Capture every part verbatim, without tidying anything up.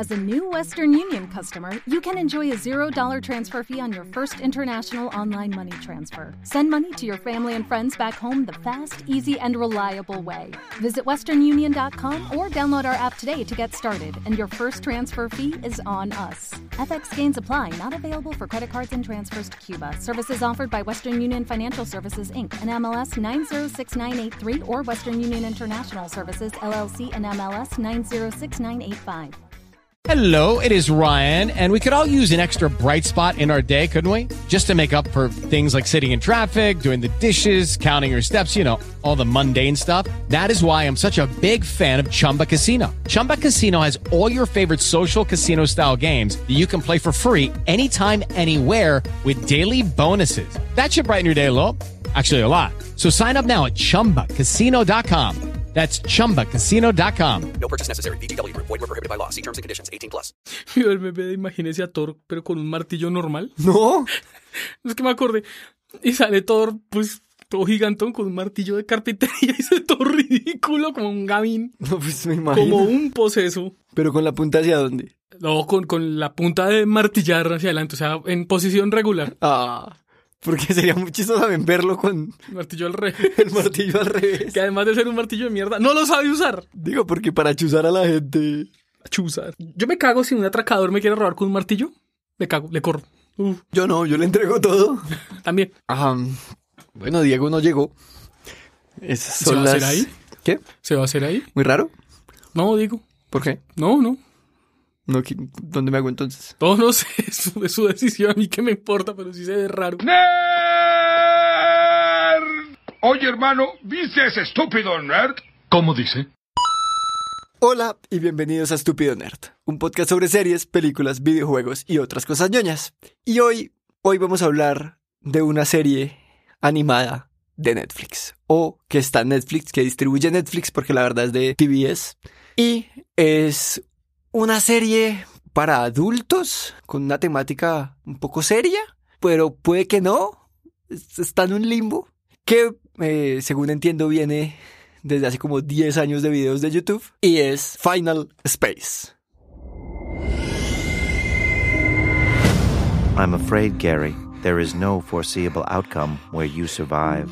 As a new Western Union customer, you can enjoy a zero dollars transfer fee on your first international online money transfer. Send money to your family and friends back home the fast, easy, and reliable way. Visit western union dot com or download our app today to get started, and your first transfer fee is on us. F X gains apply, not available for credit cards and transfers to Cuba. Services offered by Western Union Financial Services, Incorporated, and M L S nine zero six nine eight three or Western Union International Services, L L C, and M L S nine zero six nine eight five. Hello, it is Ryan, and we could all use an extra bright spot in our day, couldn't we? Just to make up for things like sitting in traffic, doing the dishes, counting your steps, you know, all the mundane stuff. That is why I'm such a big fan of Chumba Casino. Chumba Casino has all your favorite social casino-style games that you can play for free anytime, anywhere with daily bonuses. That should brighten your day a little. Actually, a lot. So sign up now at chumba casino dot com. That's chumba casino dot com. No purchase necessary. V G W Group. Void where prohibited by law. See terms and conditions. eighteen plus. Yo el bebé, imagínese a Thor, pero con un martillo normal. No. Es que me acordé. Y sale Thor, pues, todo gigantón con un martillo de carpintería y se todo ridículo, como un gamín. No, pues me imagino. Como un poseso. ¿Pero con la punta hacia dónde? No, con, con la punta de martillar hacia adelante, o sea, en posición regular. Ah, porque sería muy chistoso también verlo con El martillo al revés. el martillo al revés. Que además de ser un martillo de mierda, no lo sabe usar. Digo, porque para chuzar a la gente... Chuzar. Yo me cago si un atracador me quiere robar con un martillo. Me cago, le corro. Uf. Yo no, yo le entrego todo. También. Ajá. Bueno, Diego no llegó. Esas son ¿Se va a las... hacer ahí? ¿Qué? ¿Se va a hacer ahí? ¿Muy raro? No, digo. ¿Por qué? No, no. No, ¿qué- ¿dónde me hago entonces? No, no sé. Es su, es su decisión. A mí que me importa, pero sí se ve raro. ¡Nerd! Oye, hermano, ¿viste ese estúpido nerd? ¿Cómo dice? Hola y bienvenidos a Estúpido Nerd, un podcast sobre series, películas, videojuegos y otras cosas ñoñas. Y hoy, hoy vamos a hablar de una serie animada de Netflix, o que está en Netflix, que distribuye Netflix porque la verdad es de T V S. Y es una serie para adultos con una temática un poco seria, pero puede que no, es- está en un limbo, que eh, según entiendo viene desde hace como diez años de videos de YouTube, y es Final Space. I'm afraid, Gary, there is no foreseeable outcome where you survive.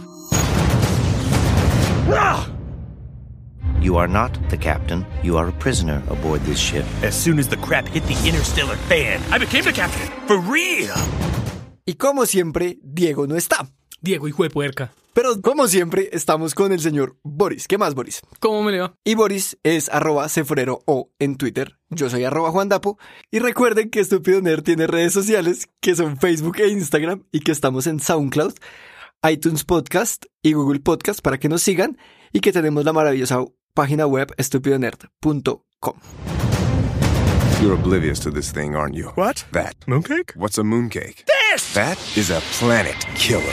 You are not the captain. You are a prisoner aboard this ship. As soon as the crap hit the interstellar fan, I became the captain. For real. Y como siempre, Diego no está. Diego, hijo de puerca. Pero como siempre, estamos con el señor Boris. ¿Qué más, Boris? ¿Cómo me le va? Y Boris es arroba ceforero o en Twitter. Yo soy arroba Juan Dapo. Y recuerden que Estúpido Nerd tiene redes sociales que son Facebook e Instagram, y que estamos en SoundCloud, iTunes Podcast y Google Podcast para que nos sigan, y que tenemos la maravillosa página web estúpido nerd punto com. You're oblivious to this thing, aren't you? What? That. Mooncake? What's a mooncake? This! That is a planet killer.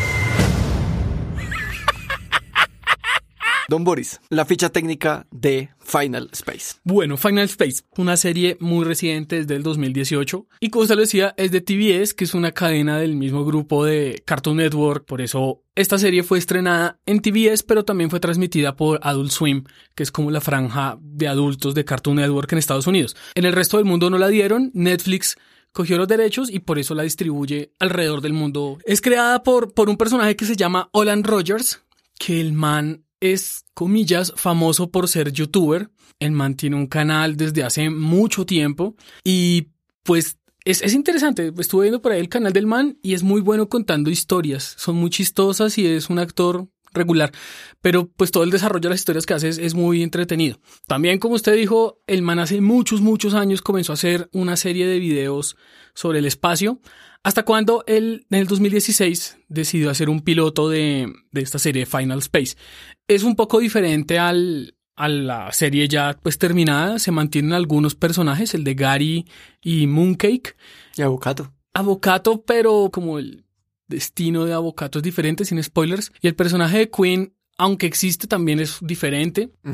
Don Boris, la ficha técnica de Final Space. Bueno, Final Space, una serie muy reciente desde el dos mil dieciocho. Y como usted lo decía, es de T V S, que es una cadena del mismo grupo de Cartoon Network. Por eso esta serie fue estrenada en T V S, pero también fue transmitida por Adult Swim, que es como la franja de adultos de Cartoon Network en Estados Unidos. En el resto del mundo no la dieron. Netflix cogió los derechos y por eso la distribuye alrededor del mundo. Es creada por, por un personaje que se llama Olan Rogers, que el man es, comillas, famoso por ser youtuber. El man tiene un canal desde hace mucho tiempo y pues es, es interesante. Estuve viendo por ahí el canal del man y es muy bueno contando historias. Son muy chistosas y es un actor regular, pero pues todo el desarrollo de las historias que hace es, es muy entretenido. También, como usted dijo, el man hace muchos, muchos años comenzó a hacer una serie de videos sobre el espacio, hasta cuando él en el dos mil dieciséis decidió hacer un piloto de, de esta serie Final Space. Es un poco diferente al, a la serie ya pues terminada. Se mantienen algunos personajes, el de Gary y Mooncake. Y Avocato. Avocato, pero como el destino de Avocato es diferente, sin spoilers. Y el personaje de Queen, aunque existe, también es diferente. Uh-huh.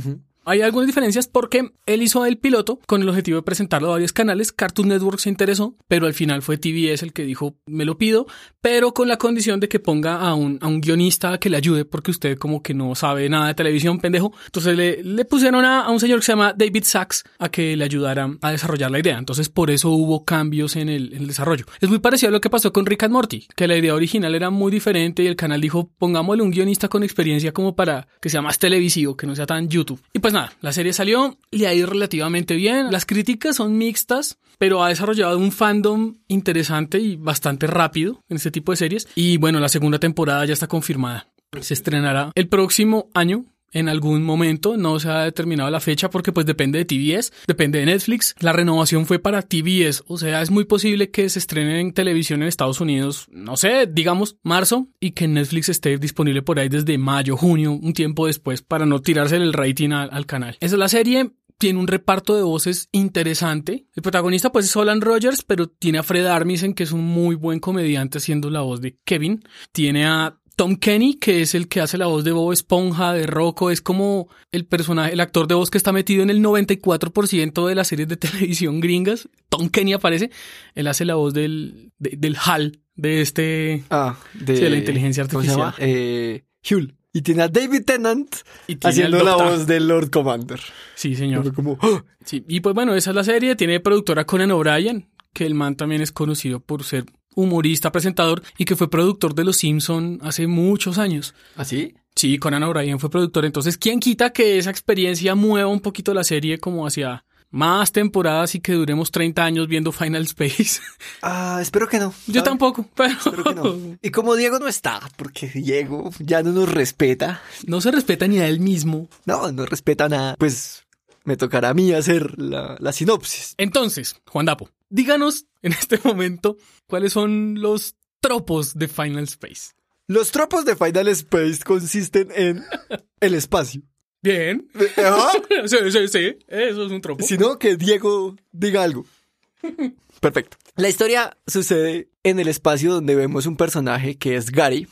Hay algunas diferencias porque él hizo el piloto con el objetivo de presentarlo a varios canales. Cartoon Network se interesó, pero al final fue T V S el que dijo, me lo pido, pero con la condición de que ponga a un, a un guionista que le ayude, porque usted como que no sabe nada de televisión, pendejo. Entonces le, le pusieron a, a un señor que se llama David Sachs a que le ayudara a desarrollar la idea. Entonces por eso hubo cambios en el, en el desarrollo. Es muy parecido a lo que pasó con Rick and Morty, que la idea original era muy diferente y el canal dijo, pongámosle un guionista con experiencia como para que sea más televisivo, que no sea tan YouTube. Y pues nada, la serie salió, le ha ido relativamente bien. Las críticas son mixtas, pero ha desarrollado un fandom interesante y bastante rápido en este tipo de series. Y bueno, la segunda temporada ya está confirmada. Se estrenará el próximo año. En algún momento, no se ha determinado la fecha porque pues depende de T V S, depende de Netflix. La renovación fue para T V S, o sea, es muy posible que se estrene en televisión en Estados Unidos, no sé, digamos marzo, y que Netflix esté disponible por ahí desde mayo, junio, un tiempo después, para no tirarse el rating al, al canal. Esa es la serie. Tiene un reparto de voces interesante. El protagonista pues es Solon Rogers, pero tiene a Fred Armisen, que es un muy buen comediante haciendo la voz de Kevin. Tiene a Tom Kenny, que es el que hace la voz de Bob Esponja, de Rocco, es como el personaje, el actor de voz que está metido en el noventa y cuatro por ciento de las series de televisión gringas. Tom Kenny aparece, él hace la voz del, de, del H A L, de este... Ah, de, sí, de la inteligencia artificial. ¿Cómo se llama? Eh, Huel. Y tiene a David Tennant haciendo la voz del Lord Commander. Sí, señor. Como, ¡oh! Sí, y pues bueno, esa es la serie, tiene productora Conan O'Brien, que el man también es conocido por ser humorista, presentador y que fue productor de Los Simpson hace muchos años. ¿Ah, sí? Sí, Conan O'Brien fue productor. Entonces, ¿quién quita que esa experiencia mueva un poquito la serie como hacia más temporadas y que duremos treinta años viendo Final Space? Ah, espero que no. ¿Sabes? Yo tampoco, pero... Espero que no. Y como Diego no está, porque Diego ya no nos respeta. No se respeta ni a él mismo. No, no respeta nada. Pues me tocará a mí hacer la, la sinopsis. Entonces, Juan Dapo, díganos en este momento cuáles son los tropos de Final Space. Los tropos de Final Space consisten en el espacio. Bien. ¿Ah? Sí, sí, sí. Eso es un tropo. Si no, que Diego diga algo. Perfecto. La historia sucede en el espacio donde vemos un personaje que es Gary,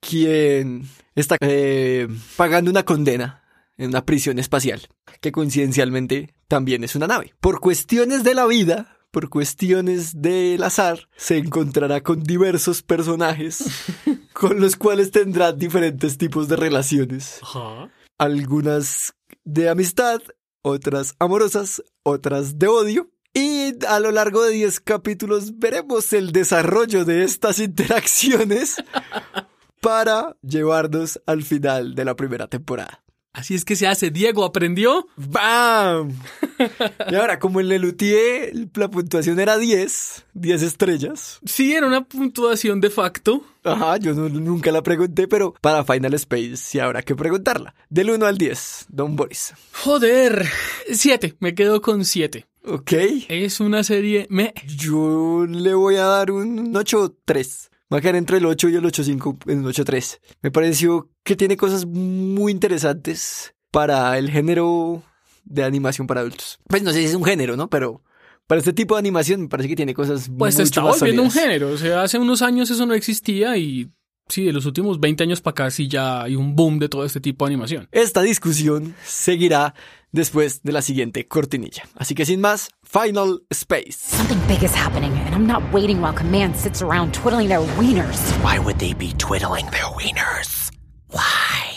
quien está eh, pagando una condena en una prisión espacial, que coincidencialmente también es una nave. Por cuestiones de la vida, por cuestiones del azar, se encontrará con diversos personajes con los cuales tendrá diferentes tipos de relaciones. Ajá. Algunas de amistad, otras amorosas, otras de odio. Y a lo largo de diez capítulos veremos el desarrollo de estas interacciones para llevarnos al final de la primera temporada. Así es que se hace. Diego, ¿aprendió? ¡Bam! Y ahora, como en Lelutier la puntuación era diez, diez estrellas. Sí, era una puntuación de facto. Ajá, yo no, nunca la pregunté, pero para Final Space sí habrá que preguntarla. Del uno al diez, Don Boris. Joder, siete, me quedo con siete. Ok. Es una serie... me. Yo le voy a dar un ocho tres. Va a quedar entre el ocho y el ocho cinco en un ocho tres. Me pareció que tiene cosas muy interesantes para el género de animación para adultos. Pues no sé si es un género, ¿no? Pero para este tipo de animación me parece que tiene cosas pues mucho está más volviendo sólidas. Un género. O sea, hace unos años eso no existía y sí, de los últimos veinte años para acá sí ya hay un boom de todo este tipo de animación. Esta discusión seguirá después de la siguiente cortinilla. Así que sin más, Final Space. Something big is happening, and I'm not waiting while Command sits around twiddling their wieners. Why would they be twiddling their wieners? Why?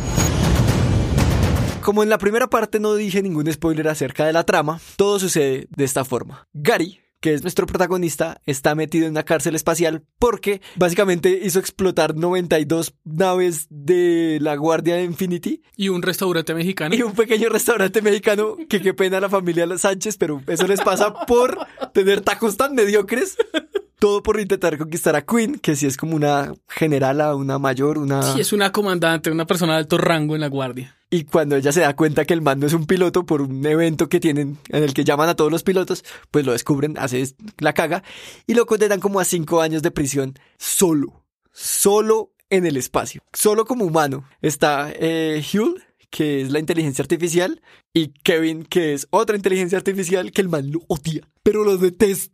Como en la primera parte no dije ningún spoiler acerca de la trama, todo sucede de esta forma. Gary, que es nuestro protagonista, está metido en una cárcel espacial porque básicamente hizo explotar noventa y dos naves de la Guardia de Infinity. Y un restaurante mexicano. Y un pequeño restaurante mexicano, que qué pena la familia Sánchez, pero eso les pasa por tener tacos tan mediocres. Todo por intentar conquistar a Queen, que sí es como una generala, una mayor, una... Sí, es una comandante, una persona de alto rango en la Guardia. Y cuando ella se da cuenta que el man no es un piloto por un evento que tienen en el que llaman a todos los pilotos, pues lo descubren, hace la caga y lo condenan como a cinco años de prisión solo, solo en el espacio, solo como humano. Está eh, Huel, que es la inteligencia artificial, y Kevin, que es otra inteligencia artificial que el man lo odia, pero lo detesta.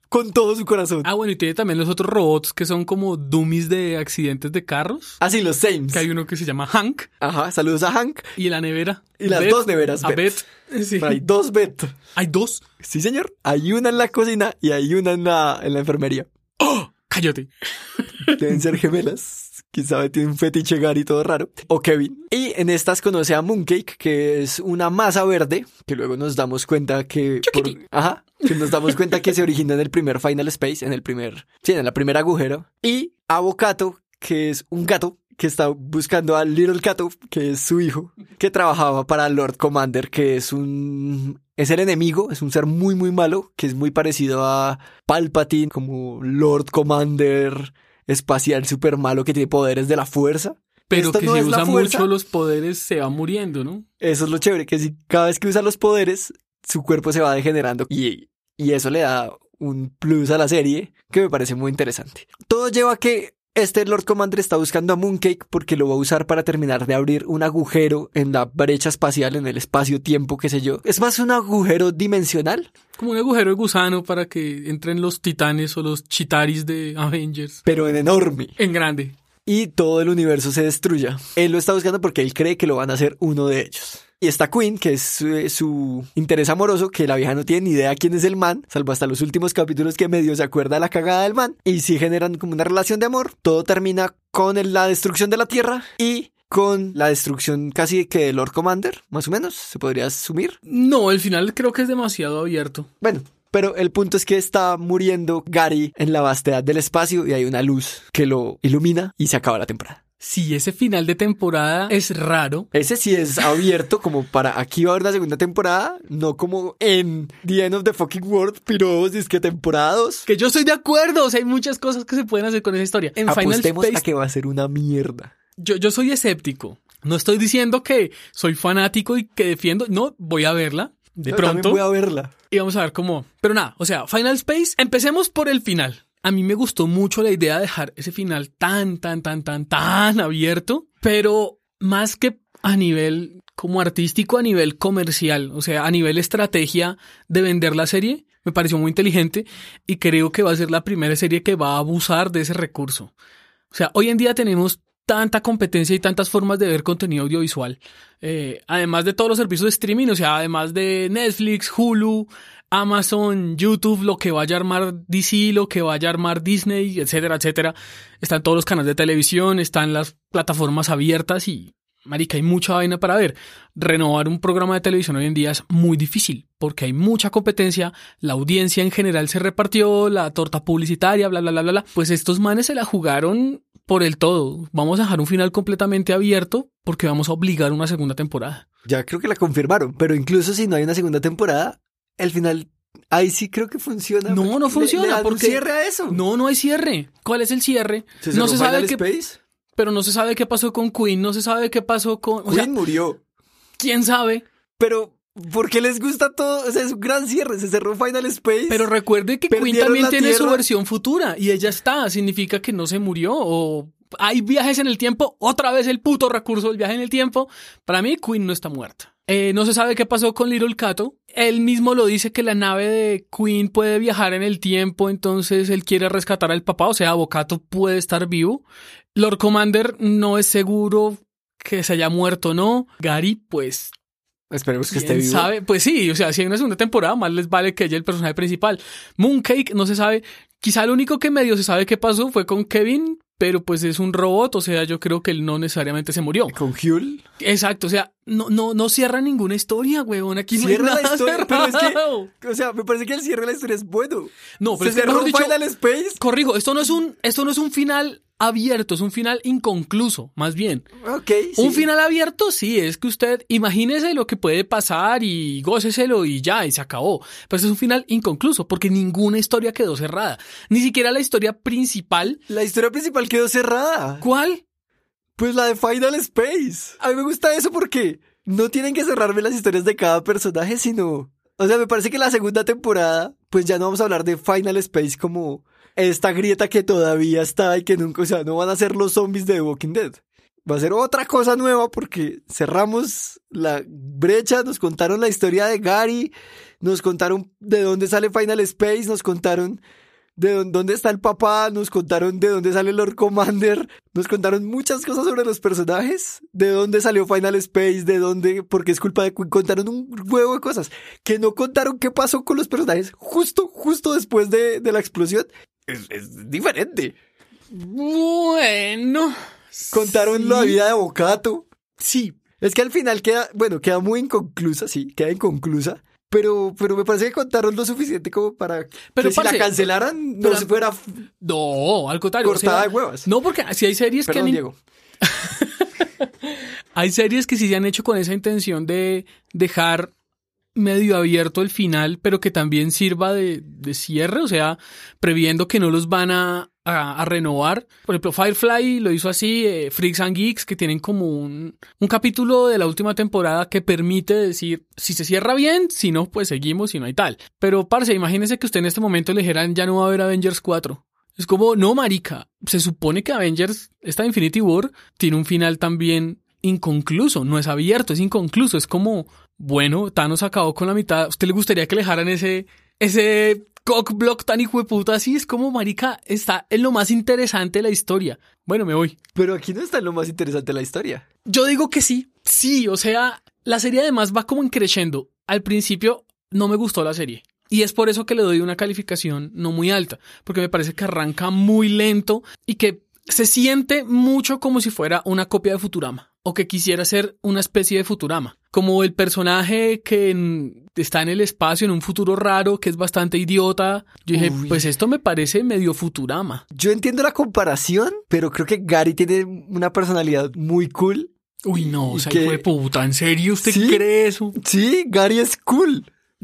con todo su corazón. Ah, bueno, y tiene también los otros robots que son como dummies de accidentes de carros. Ah, sí, los Sames. Que hay uno que se llama Hank. Ajá, saludos a Hank. Y la nevera. Y las Beth, dos neveras, a Beth. Sí. Hay dos Beth. ¿Hay dos? Sí, señor. Hay una en la cocina y hay una en la, en la enfermería. ¡Oh! ¡Cállate! Deben ser gemelas. Quién sabe, tiene un fetiche Gary todo raro. O Kevin. Y en estas conoce a Mooncake, que es una masa verde, que luego nos damos cuenta que... Por, ajá. Que nos damos cuenta que se origina en el primer Final Space, en el primer... Sí, en la primera agujero. Y Avocato, que es un gato que está buscando a Little Cato, que es su hijo, que trabajaba para Lord Commander, que es un... Es el enemigo, es un ser muy muy malo, que es muy parecido a Palpatine, como Lord Commander espacial super malo que tiene poderes de la fuerza. Pero Esto que no si es usa la fuerza. mucho los poderes se va muriendo, ¿no? Eso es lo chévere, que si cada vez que usa los poderes, su cuerpo se va degenerando y, y eso le da un plus a la serie que me parece muy interesante. Todo lleva a que este Lord Commander está buscando a Mooncake porque lo va a usar para terminar de abrir un agujero en la brecha espacial, en el espacio-tiempo, qué sé yo. Es más un agujero dimensional. Como un agujero de gusano para que entren los titanes o los chitaris de Avengers. Pero en enorme. En grande. Y todo el universo se destruya. Él lo está buscando porque él cree que lo van a hacer uno de ellos. Y está Queen, que es su, su interés amoroso, que la vieja no tiene ni idea quién es el man, salvo hasta los últimos capítulos que medio se acuerda de la cagada del man. Y sí generan como una relación de amor. Todo termina con el, la destrucción de la Tierra y con la destrucción casi que de Lord Commander, más o menos, se podría asumir. No, el final creo que es demasiado abierto. Bueno, pero el punto es que está muriendo Gary en la vastedad del espacio y hay una luz que lo ilumina y se acaba la temporada. Sí, ese final de temporada es raro. Ese sí es abierto como para aquí va a haber una segunda temporada, no como en The End of the Fucking World, pero es que temporada dos. Que yo estoy de acuerdo, o sea, hay muchas cosas que se pueden hacer con esa historia. En Apostemos Final Space, a que va a ser una mierda. Yo, yo soy escéptico. No estoy diciendo que soy fanático y que defiendo. No, voy a verla. De Yo pronto. también voy a verla. Y vamos a ver cómo. Pero nada, o sea, Final Space, empecemos por el final. A mí me gustó mucho la idea de dejar ese final tan, tan, tan, tan, tan abierto, pero más que a nivel como artístico, a nivel comercial, o sea, a nivel estrategia de vender la serie, me pareció muy inteligente y creo que va a ser la primera serie que va a abusar de ese recurso. O sea, hoy en día tenemos tanta competencia y tantas formas de ver contenido audiovisual. Eh, además de todos los servicios de streaming, o sea, además de Netflix, Hulu, Amazon, YouTube, lo que vaya a armar D C, lo que vaya a armar Disney, etcétera, etcétera. Están todos los canales de televisión, están las plataformas abiertas y, marica, hay mucha vaina para ver. Renovar un programa de televisión hoy en día es muy difícil porque hay mucha competencia, la audiencia en general se repartió, la torta publicitaria, bla, bla, bla, bla, bla. Pues estos manes se la jugaron por el todo. Vamos a dejar un final completamente abierto porque vamos a obligar una segunda temporada. Ya creo que la confirmaron, pero incluso si no hay una segunda temporada, el final, ahí sí creo que funciona. No, no funciona. ¿Le, le dan porque un cierre a eso? No, no hay cierre. ¿Cuál es el cierre? ¿Se no se sabe qué, Space? Pero no se sabe qué pasó con Queen, no se sabe qué pasó con... Queen o sea, murió. ¿Quién sabe? Pero, ¿por qué les gusta todo? O sea, es un gran cierre, se cerró Final Space. Pero recuerde que Queen Perdieron también la tiene tierra. su versión futura y ella está, significa que no se murió o... Hay viajes en el tiempo, otra vez el puto recurso del viaje en el tiempo. Para mí, Queen no está muerta. Eh, no se sabe qué pasó con Little Cato. Él mismo lo dice que la nave de Queen puede viajar en el tiempo, entonces él quiere rescatar al papá, o sea, Avocato puede estar vivo. Lord Commander no es seguro que se haya muerto o no. Gary, pues... Esperemos que esté ¿quién vivo. sabe? Pues sí, o sea, si hay una segunda temporada, más les vale que ella el personaje principal. Mooncake, no se sabe. Quizá lo único que medio se sabe qué pasó fue con Kevin, pero pues es un robot, o sea, yo creo que él no necesariamente se murió. ¿Con Huel? Exacto, o sea, no, no, no cierra ninguna historia, huevón. Aquí no hay Cierra nada la historia, pero es cerrado. que, o sea, me parece que el cierre de la historia es bueno. No, pero se es que, cerró mejor dicho, Final Space. Corrijo, esto no es un, esto no es un final abierto, es un final inconcluso, más bien. Ok, sí. Un final abierto, sí, es que usted imagínese lo que puede pasar y góceselo y ya, y se acabó. Pero es un final inconcluso, porque ninguna historia quedó cerrada. Ni siquiera la historia principal. La historia principal quedó cerrada. ¿Cuál? Pues la de Final Space. A mí me gusta eso porque no tienen que cerrarme las historias de cada personaje, sino... O sea, me parece que la segunda temporada, pues ya no vamos a hablar de Final Space como esta grieta que todavía está y que nunca... O sea, no van a ser los zombies de The Walking Dead. Va a ser otra cosa nueva porque cerramos la brecha, nos contaron la historia de Gary, nos contaron de dónde sale Final Space, nos contaron de dónde está el papá, nos contaron de dónde sale Lord Commander, nos contaron muchas cosas sobre los personajes, de dónde salió Final Space, de dónde, porque es culpa de Queen, contaron un huevo de cosas, que no contaron qué pasó con los personajes justo, justo después de, de la explosión. Es, es diferente. Bueno. Contaron sí. la vida de Bocato. Sí. Es que al final queda, bueno, queda muy inconclusa, sí, queda inconclusa. Pero, pero me parece que contaron lo suficiente como para pero, que parce, si la cancelaran no pero, se fuera no, al contrario, cortada o sea, de huevas. No, porque si hay series Perdón, que han... Diego. Hay series que sí se han hecho con esa intención de dejar medio abierto el final, pero que también sirva de, de cierre, o sea, previendo que no los van a, a, a renovar. Por ejemplo, Firefly lo hizo así, eh, Freaks and Geeks, que tienen como un, un capítulo de la última temporada que permite decir, si se cierra bien, si no, pues seguimos y no hay tal. Pero, parce, imagínese que usted en este momento le dijeran, ya no va a haber Avengers cuatro. Es como, no, marica, se supone que Avengers, esta Infinity War, tiene un final también inconcluso, no es abierto, es inconcluso, es como, bueno, Thanos acabó con la mitad, ¿a usted le gustaría que le dejaran ese, ese cockblock tan hijo de puta así? Es como, marica, está en lo más interesante de la historia. Bueno, me voy. Pero aquí no está en lo más interesante de la historia. Yo digo que sí, sí, o sea, la serie además va como en creciendo. Al principio no me gustó la serie. Y es por eso que le doy una calificación no muy alta, porque me parece que arranca muy lento y que se siente mucho como si fuera una copia de Futurama, o que quisiera ser una especie de Futurama. Como el personaje que en, está en el espacio en un futuro raro, que es bastante idiota. Yo dije, Uy. pues esto me parece medio Futurama. Yo entiendo la comparación, pero creo que Gary tiene una personalidad muy cool. Uy, no, o sea, que... hijo de puta, ¿en serio usted ¿Sí? cree eso? Sí, Gary es cool.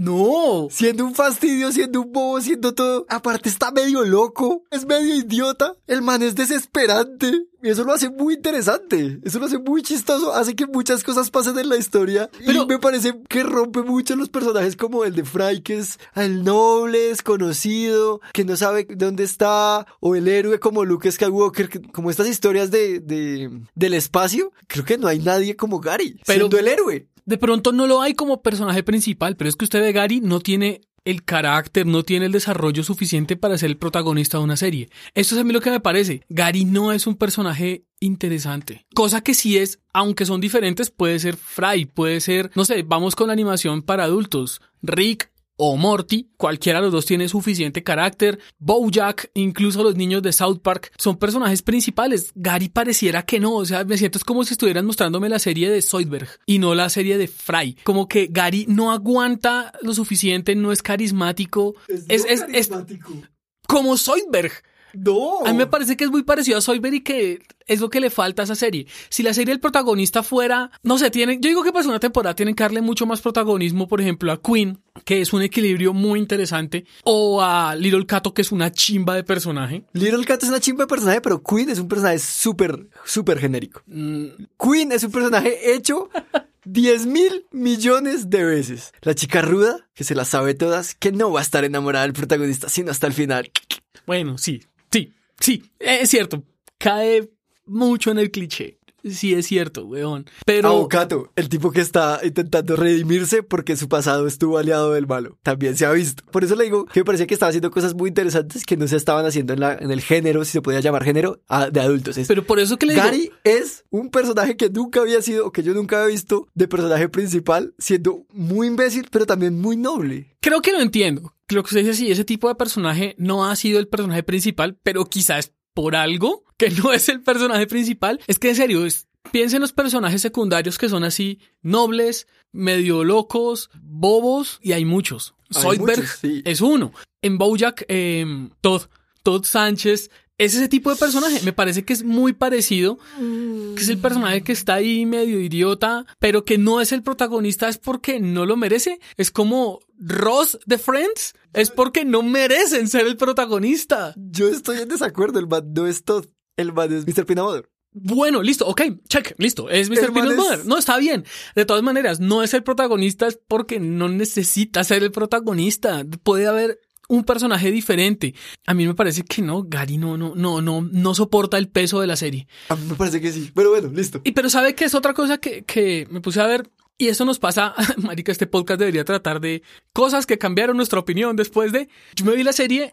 No. Siendo un fastidio, siendo un bobo, siendo todo. Aparte está medio loco, es medio idiota. El man es desesperante. Y eso lo hace muy interesante. Eso lo hace muy chistoso. Hace que muchas cosas pasen en la historia. Pero y me parece que rompe mucho los personajes como el de Fry, que es el noble, desconocido, que no sabe dónde está. O el héroe como Luke Skywalker. Que, como estas historias de, de del espacio. Creo que no hay nadie como Gary, pero siendo el héroe. De pronto no lo hay como personaje principal, pero es que usted de Gary no tiene el carácter, no tiene el desarrollo suficiente para ser el protagonista de una serie. Esto es a mí lo que me parece. Gary no es un personaje interesante. Cosa que sí es, aunque son diferentes, puede ser Fry, puede ser, no sé, vamos con la animación para adultos. Rick o Morty, cualquiera de los dos tiene suficiente carácter. BoJack, incluso los niños de South Park, son personajes principales. Gary pareciera que no, o sea, me siento es como si estuvieran mostrándome la serie de Zoidberg y no la serie de Fry. Como que Gary no aguanta lo suficiente, no es carismático. Es, es, no es, carismático. es como Zoidberg. No. A mí me parece que es muy parecido a Zoidberg y que es lo que le falta a esa serie. Si la serie del protagonista fuera, no sé, tiene, yo digo que para una temporada tienen que darle mucho más protagonismo, por ejemplo, a Queen, que es un equilibrio muy interesante, o a Little Cato, que es una chimba de personaje. Little Cato es una chimba de personaje, pero Queen es un personaje súper, súper genérico. Mm. Queen es un personaje hecho diez mil millones de veces. La chica ruda, que se las sabe todas, que no va a estar enamorada del protagonista, sino hasta el final. Bueno, sí. Sí, sí, es cierto, cae mucho en el cliché, sí es cierto, weón, pero... Avocato, el tipo que está intentando redimirse porque su pasado estuvo aliado del malo, también se ha visto. Por eso le digo que me parecía que estaba haciendo cosas muy interesantes que no se estaban haciendo en, la, en el género, si se podía llamar género, a, de adultos. Es, pero por eso que le digo... Gary es un personaje que nunca había sido, o que yo nunca había visto de personaje principal, siendo muy imbécil, pero también muy noble. Creo que lo entiendo. Lo que usted dice, sí, ese tipo de personaje no ha sido el personaje principal, pero quizás por algo que no es el personaje principal. Es que en serio, es, piensen en los personajes secundarios que son así, nobles, medio locos, bobos, y hay muchos. Zoidberg sí. es uno. En BoJack, eh, Todd, Todd Sánchez... Es ese tipo de personaje, me parece que es muy parecido, que es el personaje que está ahí medio idiota, pero que no es el protagonista, es porque no lo merece. Es como Ross de Friends, es porque no merecen ser el protagonista. Yo estoy en desacuerdo, el man no es Todd, el man es mister Peanut Butter. Bueno, listo, ok, check, listo, es mister Peanut Butter. Es... No, está bien. De todas maneras, no es el protagonista, es porque no necesita ser el protagonista. Puede haber un personaje diferente. A mí me parece que no, Gary no, no, no, no, no soporta el peso de la serie. A mí me parece que sí, pero bueno, listo. Y pero ¿sabe qué es otra cosa que, que me puse a ver? Y eso nos pasa, marica, este podcast debería tratar de cosas que cambiaron nuestra opinión después de... Yo me vi la serie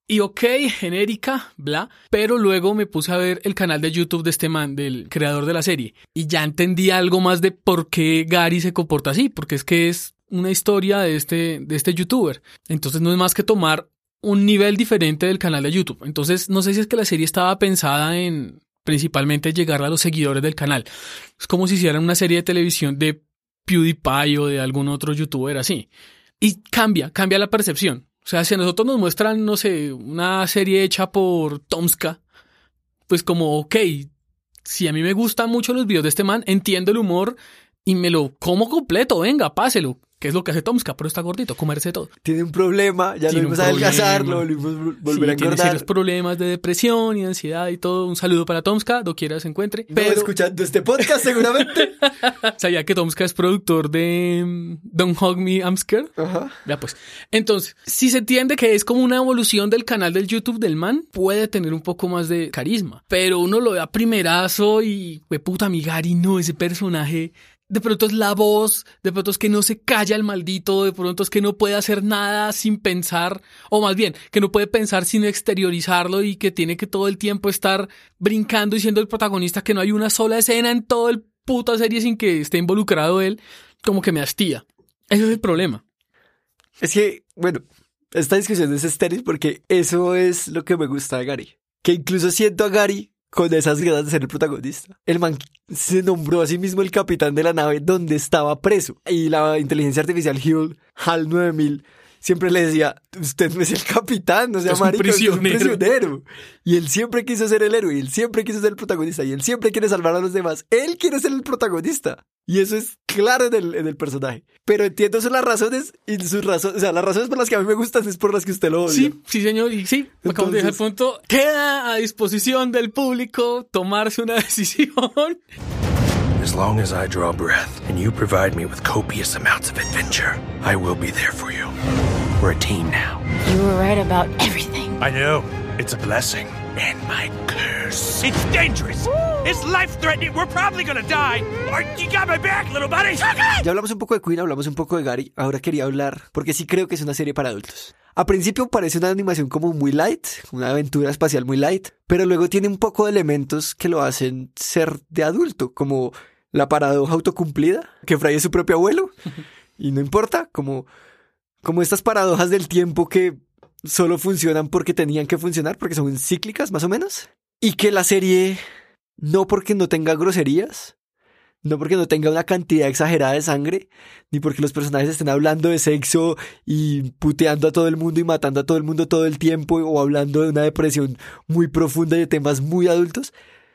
Y ok, genérica, bla, pero luego me puse a ver el canal de YouTube de este man, del creador de la serie, y ya entendí algo más de por qué Gary se comporta así, porque es que es una historia de este, de este youtuber. Entonces no es más que tomar un nivel diferente del canal de YouTube. Entonces no sé si es que la serie estaba pensada en principalmente llegar a los seguidores del canal. Es como si hicieran una serie de televisión de PewDiePie o de algún otro youtuber así. Y cambia, cambia la percepción. O sea, si a nosotros nos muestran, no sé, una serie hecha por Tomska, pues como, ok, si a mí me gustan mucho los videos de este man, entiendo el humor y me lo como completo, venga, páselo. Que es lo que hace Tomska, pero está gordito, comerse todo. Tiene un problema, ya Tiene lo vimos a adelgazar, lo volvimos volver sí, a engordar. Tiene serios problemas de depresión y ansiedad y todo. Un saludo para Tomska, doquiera se encuentre. No, pero... escuchando este podcast seguramente. Sabía que Tomska es productor de um, Don't Hug Me, I'm Scared. Ajá. Ya pues. Entonces, si se entiende que es como una evolución del canal del YouTube del man, puede tener un poco más de carisma. Pero uno lo ve a primerazo y, we puta, mi Gary, no, ese personaje... De pronto es la voz, de pronto es que no se calla el maldito, de pronto es que no puede hacer nada sin pensar, o más bien, que no puede pensar sin exteriorizarlo y que tiene que todo el tiempo estar brincando y siendo el protagonista, que no hay una sola escena en toda el puta serie sin que esté involucrado él, como que me hastía. Ese es el problema. Es que, bueno, esta discusión es estéril porque eso es lo que me gusta de Gary. Que incluso siento a Gary con esas ganas de ser el protagonista. El man se nombró a sí mismo el capitán de la nave donde estaba preso. Y la inteligencia artificial Hull, HAL nueve mil, siempre le decía, usted no es el capitán, no sea es marico, un prisionero. es un prisionero. Y él siempre quiso ser el héroe, y él siempre quiso ser el protagonista, y él siempre quiere salvar a los demás. Él quiere ser el protagonista. Y eso es claro en el, en el personaje. Pero entiendo son las razones, y sus razones, o sea, las razones por las que a mí me gustan es por las que usted lo odia. Sí, sí señor, y sí, Entonces, acabo de dejar el punto. Queda a disposición del público tomarse una decisión. As long as I draw breath and you provide me with copious amounts of adventure, I will be there for you. We're a team now. You were right about everything. I know. It's a blessing. And my curse. It's dangerous. Woo! It's life-threatening. We're probably gonna die. Or you got my back, little buddy. Ya hablamos un poco de Queen, hablamos un poco de Gary. Ahora quería hablar, porque sí creo que es una serie para adultos. A principio parece una animación como muy light, una aventura espacial muy light, pero luego tiene un poco de elementos que lo hacen ser de adulto, como la paradoja autocumplida, que Fry es su propio abuelo, y no importa, como, como estas paradojas del tiempo que solo funcionan porque tenían que funcionar, porque son cíclicas más o menos, y que la serie, no porque no tenga groserías, no porque no tenga una cantidad exagerada de sangre, ni porque los personajes estén hablando de sexo y puteando a todo el mundo y matando a todo el mundo todo el tiempo, o hablando de una depresión muy profunda y de temas muy adultos,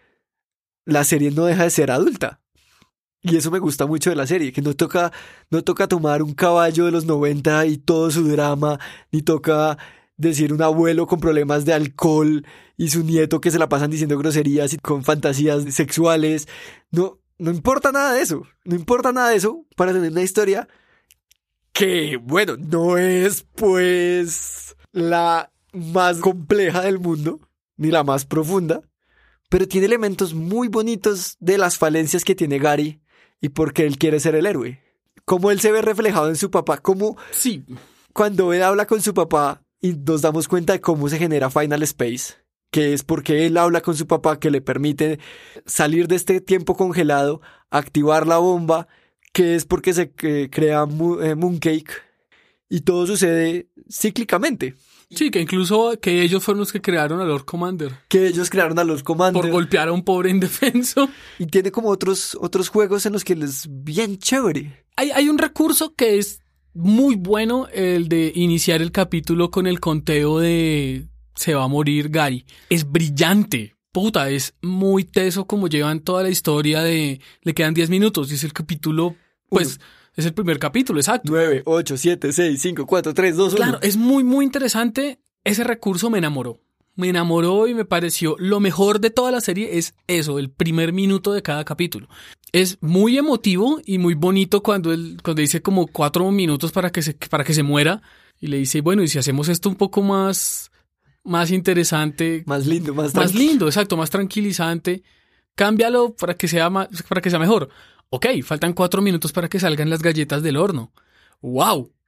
la serie no deja de ser adulta. Y eso me gusta mucho de la serie, que no toca, no toca tomar un caballo de los noventa y todo su drama, ni toca decir un abuelo con problemas de alcohol y su nieto que se la pasan diciendo groserías y con fantasías sexuales. No, no importa nada de eso, no importa nada de eso para tener una historia que, bueno, no es pues la más compleja del mundo, ni la más profunda, pero tiene elementos muy bonitos de las falencias que tiene Gary y porque él quiere ser el héroe. Cómo él se ve reflejado en su papá, cómo sí. Cuando él habla con su papá y nos damos cuenta de cómo se genera Final Space, que es porque él habla con su papá que le permite salir de este tiempo congelado, activar la bomba, que es porque se eh, crea Mo- eh, Mooncake, y todo sucede cíclicamente. Sí, que incluso que ellos fueron los que crearon a Lord Commander. Que ellos crearon a Lord Commander. Por golpear a un pobre indefenso. Y tiene como otros, otros juegos en los que él es bien chévere. Hay, hay un recurso que es muy bueno, el de iniciar el capítulo con el conteo de se va a morir Gary. Es brillante. Puta, es muy teso como llevan toda la historia de le quedan diez minutos y es el capítulo, pues... Uno. Es el primer capítulo, exacto. nueve, ocho, siete, seis, cinco, cuatro, tres, dos, uno. Claro, es muy, muy interesante. Ese recurso me enamoró. Me enamoró y me pareció lo mejor de toda la serie es eso, el primer minuto de cada capítulo. Es muy emotivo y muy bonito cuando él cuando dice como cuatro minutos para que se, para que se muera. Y le dice, bueno, y si hacemos esto un poco más, más interesante. Más lindo, más Más lindo, exacto, más tranquilizante. Cámbialo para que sea más, para que sea mejor. Ok, faltan cuatro minutos para que salgan las galletas del horno. ¡Wow!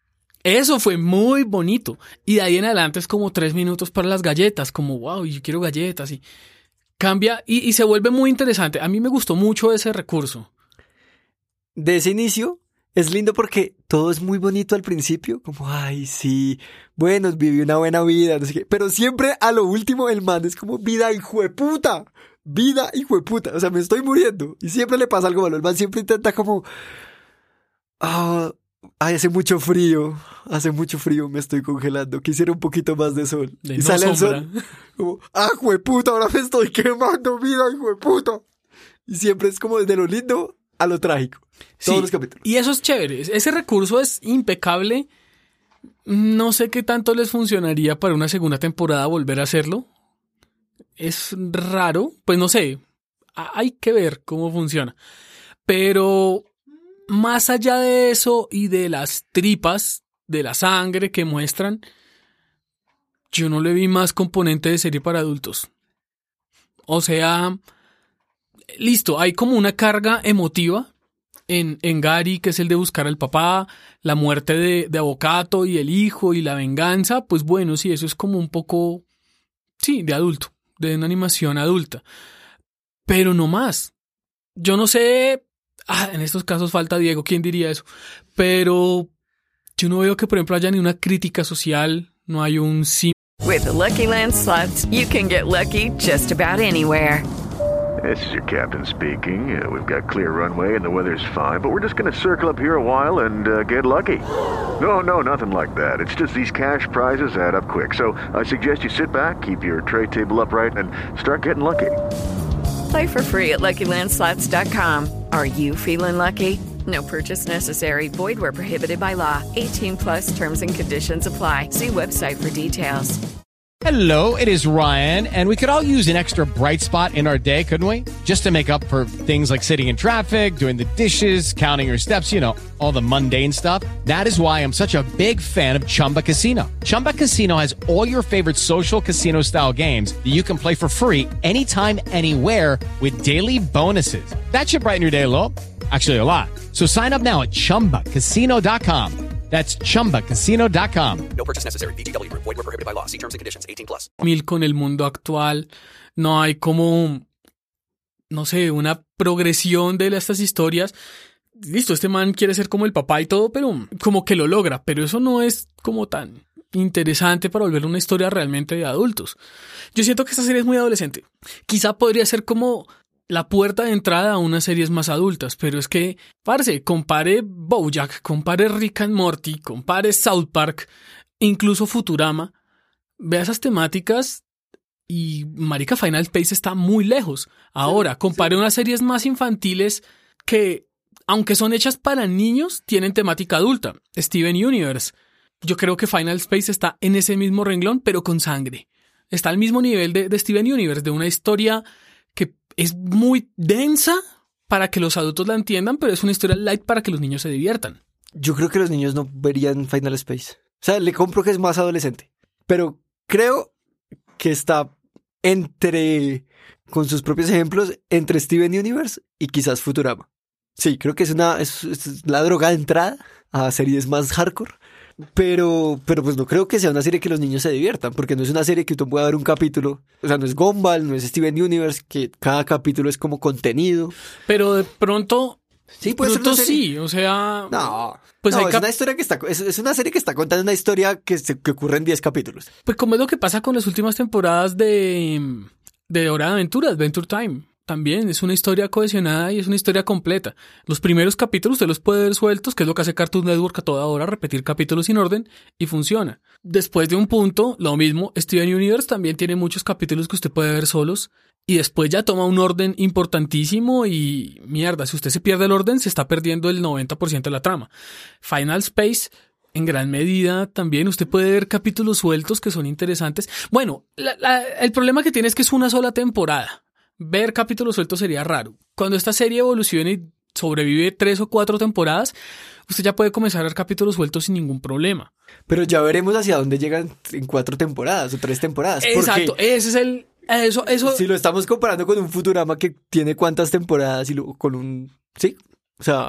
Eso fue muy bonito. Y de ahí en adelante es como tres minutos para las galletas, como wow, yo quiero galletas. Y cambia y, y se vuelve muy interesante. A mí me gustó mucho ese recurso. De ese inicio es lindo porque todo es muy bonito al principio, como ay, sí, bueno, viví una buena vida, no sé qué. Pero siempre a lo último el man es como vida hijueputa, vida hijueputa. O sea, me estoy muriendo. Y siempre le pasa algo malo. El man siempre intenta como... Ah... Ay, hace mucho frío, hace mucho frío, me estoy congelando, quisiera un poquito más de sol. De y no sale el sombra. sol, como, ah, jueputa, ahora me estoy quemando, vida, jueputa. Y siempre es como desde lo lindo a lo trágico, todos Sí, los capítulos. y eso es chévere, ese recurso es impecable. No sé qué tanto les funcionaría para una segunda temporada volver a hacerlo. Es raro, pues no sé, hay que ver cómo funciona. Pero... más allá de eso y de las tripas, de la sangre que muestran, yo no le vi más componente de serie para adultos. O sea, listo, hay como una carga emotiva en, en Gary, que es el de buscar al papá, la muerte de, de Avocato y el hijo y la venganza. Pues bueno, sí, eso es como un poco, sí, de adulto, de una animación adulta. Pero no más. Yo no sé... Ah, en estos casos falta Diego, ¿quién diría eso? Pero yo no veo que, por ejemplo, haya ni una crítica social, no hay un sim. With the Lucky Land Slots, you can get lucky just about anywhere. This is your captain speaking. Uh, we've got clear runway and the weather's fine, but we're just going to circle up here a while and uh, get lucky. No, no, nothing like that. It's just these cash prizes add up quick. So I suggest you sit back, keep your tray table upright, and start getting lucky. Play for free at Lucky Land Slots dot com. Are you feeling lucky? No purchase necessary. Void where prohibited by law. eighteen plus terms and conditions apply. See website for details. Hello, it is Ryan, and we could all use an extra bright spot in our day, couldn't we? Just to make up for things like sitting in traffic, doing the dishes, counting your steps, you know, all the mundane stuff. That is why I'm such a big fan of Chumba Casino. Chumba Casino has all your favorite social casino-style games that you can play for free anytime, anywhere with daily bonuses. That should brighten your day a little. Actually, a lot. So sign up now at chumba casino dot com. That's chumba casino dot com. No purchase necessary. V G W Group. Void where prohibited by law. See terms and conditions. eighteen plus. Mil con el mundo actual. No hay como, no sé, una progresión de estas historias. Listo, este man quiere ser como el papá y todo, pero como que lo logra. Pero eso no es como tan interesante para volver una historia realmente de adultos. Yo siento que esta serie es muy adolescente. Quizá podría ser como la puerta de entrada a unas series más adultas, pero es que, parce, compare BoJack, compare Rick and Morty, compare South Park, incluso Futurama, vea esas temáticas y marica, Final Space está muy lejos. Ahora, sí, compare sí. unas series más infantiles que, aunque son hechas para niños, tienen temática adulta. Steven Universe. Yo creo que Final Space está en ese mismo renglón, pero con sangre. Está al mismo nivel de, de Steven Universe, de una historia que es muy densa para que los adultos la entiendan, pero es una historia light para que los niños se diviertan. Yo creo que los niños no verían Final Space. O sea, le compro que es más adolescente. Pero creo que está entre, con sus propios ejemplos, entre Steven Universe y quizás Futurama. Sí, creo que es una es, es la droga de entrada a series más hardcore. Pero, pero pues no creo que sea una serie que los niños se diviertan, porque no es una serie que tú puedas ver un capítulo. O sea, no es Gumball, no es Steven Universe, que cada capítulo es como contenido. Pero de pronto, sí, de puede pronto ser una serie. sí, o sea, no, pues no, hay es cap- una historia que está, es, es una serie que está contando una historia que, se, que ocurre en diez capítulos. Pues como es lo que pasa con las últimas temporadas de, de Hora de Aventura, Adventure Time. También es una historia cohesionada y es una historia completa. Los primeros capítulos usted los puede ver sueltos, que es lo que hace Cartoon Network a toda hora, repetir capítulos sin orden, y funciona. Después de un punto, lo mismo, Steven Universe también tiene muchos capítulos que usted puede ver solos, y después ya toma un orden importantísimo y mierda, si usted se pierde el orden, se está perdiendo el noventa por ciento de la trama. Final Space, en gran medida, también usted puede ver capítulos sueltos que son interesantes. Bueno, la, la, el problema que tiene es que es una sola temporada. Ver capítulos sueltos sería raro. Cuando esta serie evolucione y sobrevive tres o cuatro temporadas, usted ya puede comenzar a ver capítulos sueltos sin ningún problema. Pero ya veremos hacia dónde llegan en cuatro temporadas o tres temporadas. Exacto, ese es el... Eso, eso... Si lo estamos comparando con un Futurama que tiene cuántas temporadas y luego con un... Sí, o sea...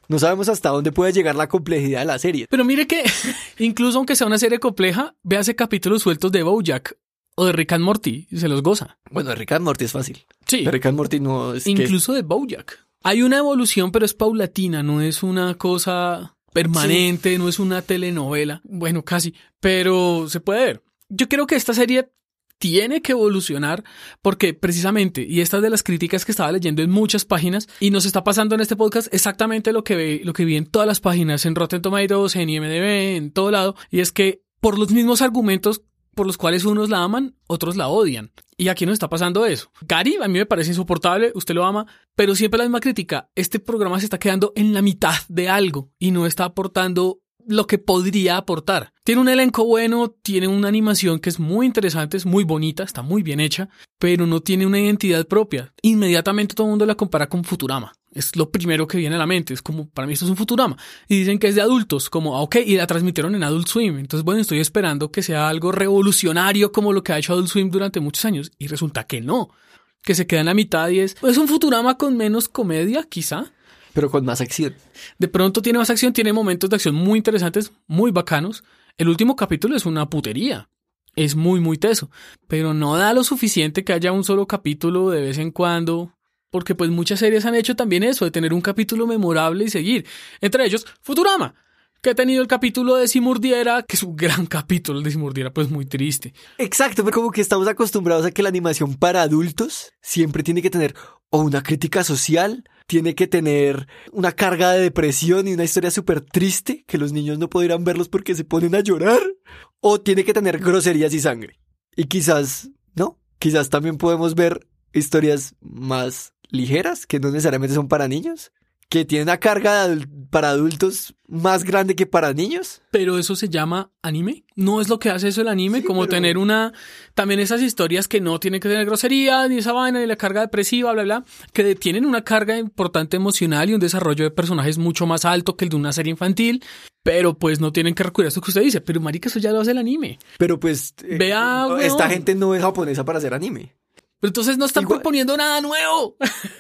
No sabemos hasta dónde puede llegar la complejidad de la serie. Pero mire que, incluso aunque sea una serie compleja, véase capítulos sueltos de BoJack o de Rick and Morty y se los goza. Bueno, de Rick and Morty es fácil. Sí. De Rick and Morty no es Incluso que... de BoJack. Hay una evolución, pero es paulatina, no es una cosa permanente, sí. No es una telenovela. Bueno, casi, pero se puede ver. Yo creo que esta serie tiene que evolucionar porque precisamente, y esta es de las críticas que estaba leyendo en muchas páginas, y nos está pasando en este podcast exactamente lo que, ve, lo que vi en todas las páginas, en Rotten Tomatoes, en I M D B, en todo lado, y es que por los mismos argumentos por los cuales unos la aman, otros la odian. Y aquí nos está pasando eso. Gary a mí me parece insoportable, usted lo ama, pero siempre la misma crítica. Este programa se está quedando en la mitad de algo y no está aportando lo que podría aportar. Tiene un elenco bueno, tiene una animación que es muy interesante, es muy bonita, está muy bien hecha, pero no tiene una identidad propia. Inmediatamente todo el mundo la compara con Futurama. Es lo primero que viene a la mente, es como, para mí esto es un Futurama. Y dicen que es de adultos, como, ah, ok, y la transmitieron en Adult Swim. Entonces, bueno, estoy esperando que sea algo revolucionario como lo que ha hecho Adult Swim durante muchos años. Y resulta que no, que se queda en la mitad y es, es un Futurama con menos comedia, quizá. Pero con más acción. De pronto tiene más acción, tiene momentos de acción muy interesantes, muy bacanos. El último capítulo es una putería. Es muy, muy teso. Pero no da lo suficiente que haya un solo capítulo de vez en cuando. Porque pues muchas series han hecho también eso, de tener un capítulo memorable y seguir. Entre ellos, Futurama, que ha tenido el capítulo de Simurdiera, que es un gran capítulo, el de Simurdiera, pues muy triste. Exacto, pero como que estamos acostumbrados a que la animación para adultos siempre tiene que tener o una crítica social, tiene que tener una carga de depresión y una historia súper triste, que los niños no podrán verlos porque se ponen a llorar, o tiene que tener groserías y sangre. Y quizás, ¿no? Quizás también podemos ver historias más ligeras, que no necesariamente son para niños, que tienen una carga para adultos más grande que para niños. Pero eso se llama anime. No es lo que hace eso el anime, sí, como pero... tener una... También esas historias que no tienen que tener grosería, ni esa vaina, ni la carga depresiva, bla, bla, que tienen una carga importante emocional y un desarrollo de personajes mucho más alto que el de una serie infantil, pero pues no tienen que recurrir a eso que usted dice. Pero marica, eso ya lo hace el anime. Pero pues... Eh, Vea, esta weón. gente no es japonesa para hacer anime. Pero entonces no están Igual. proponiendo nada nuevo.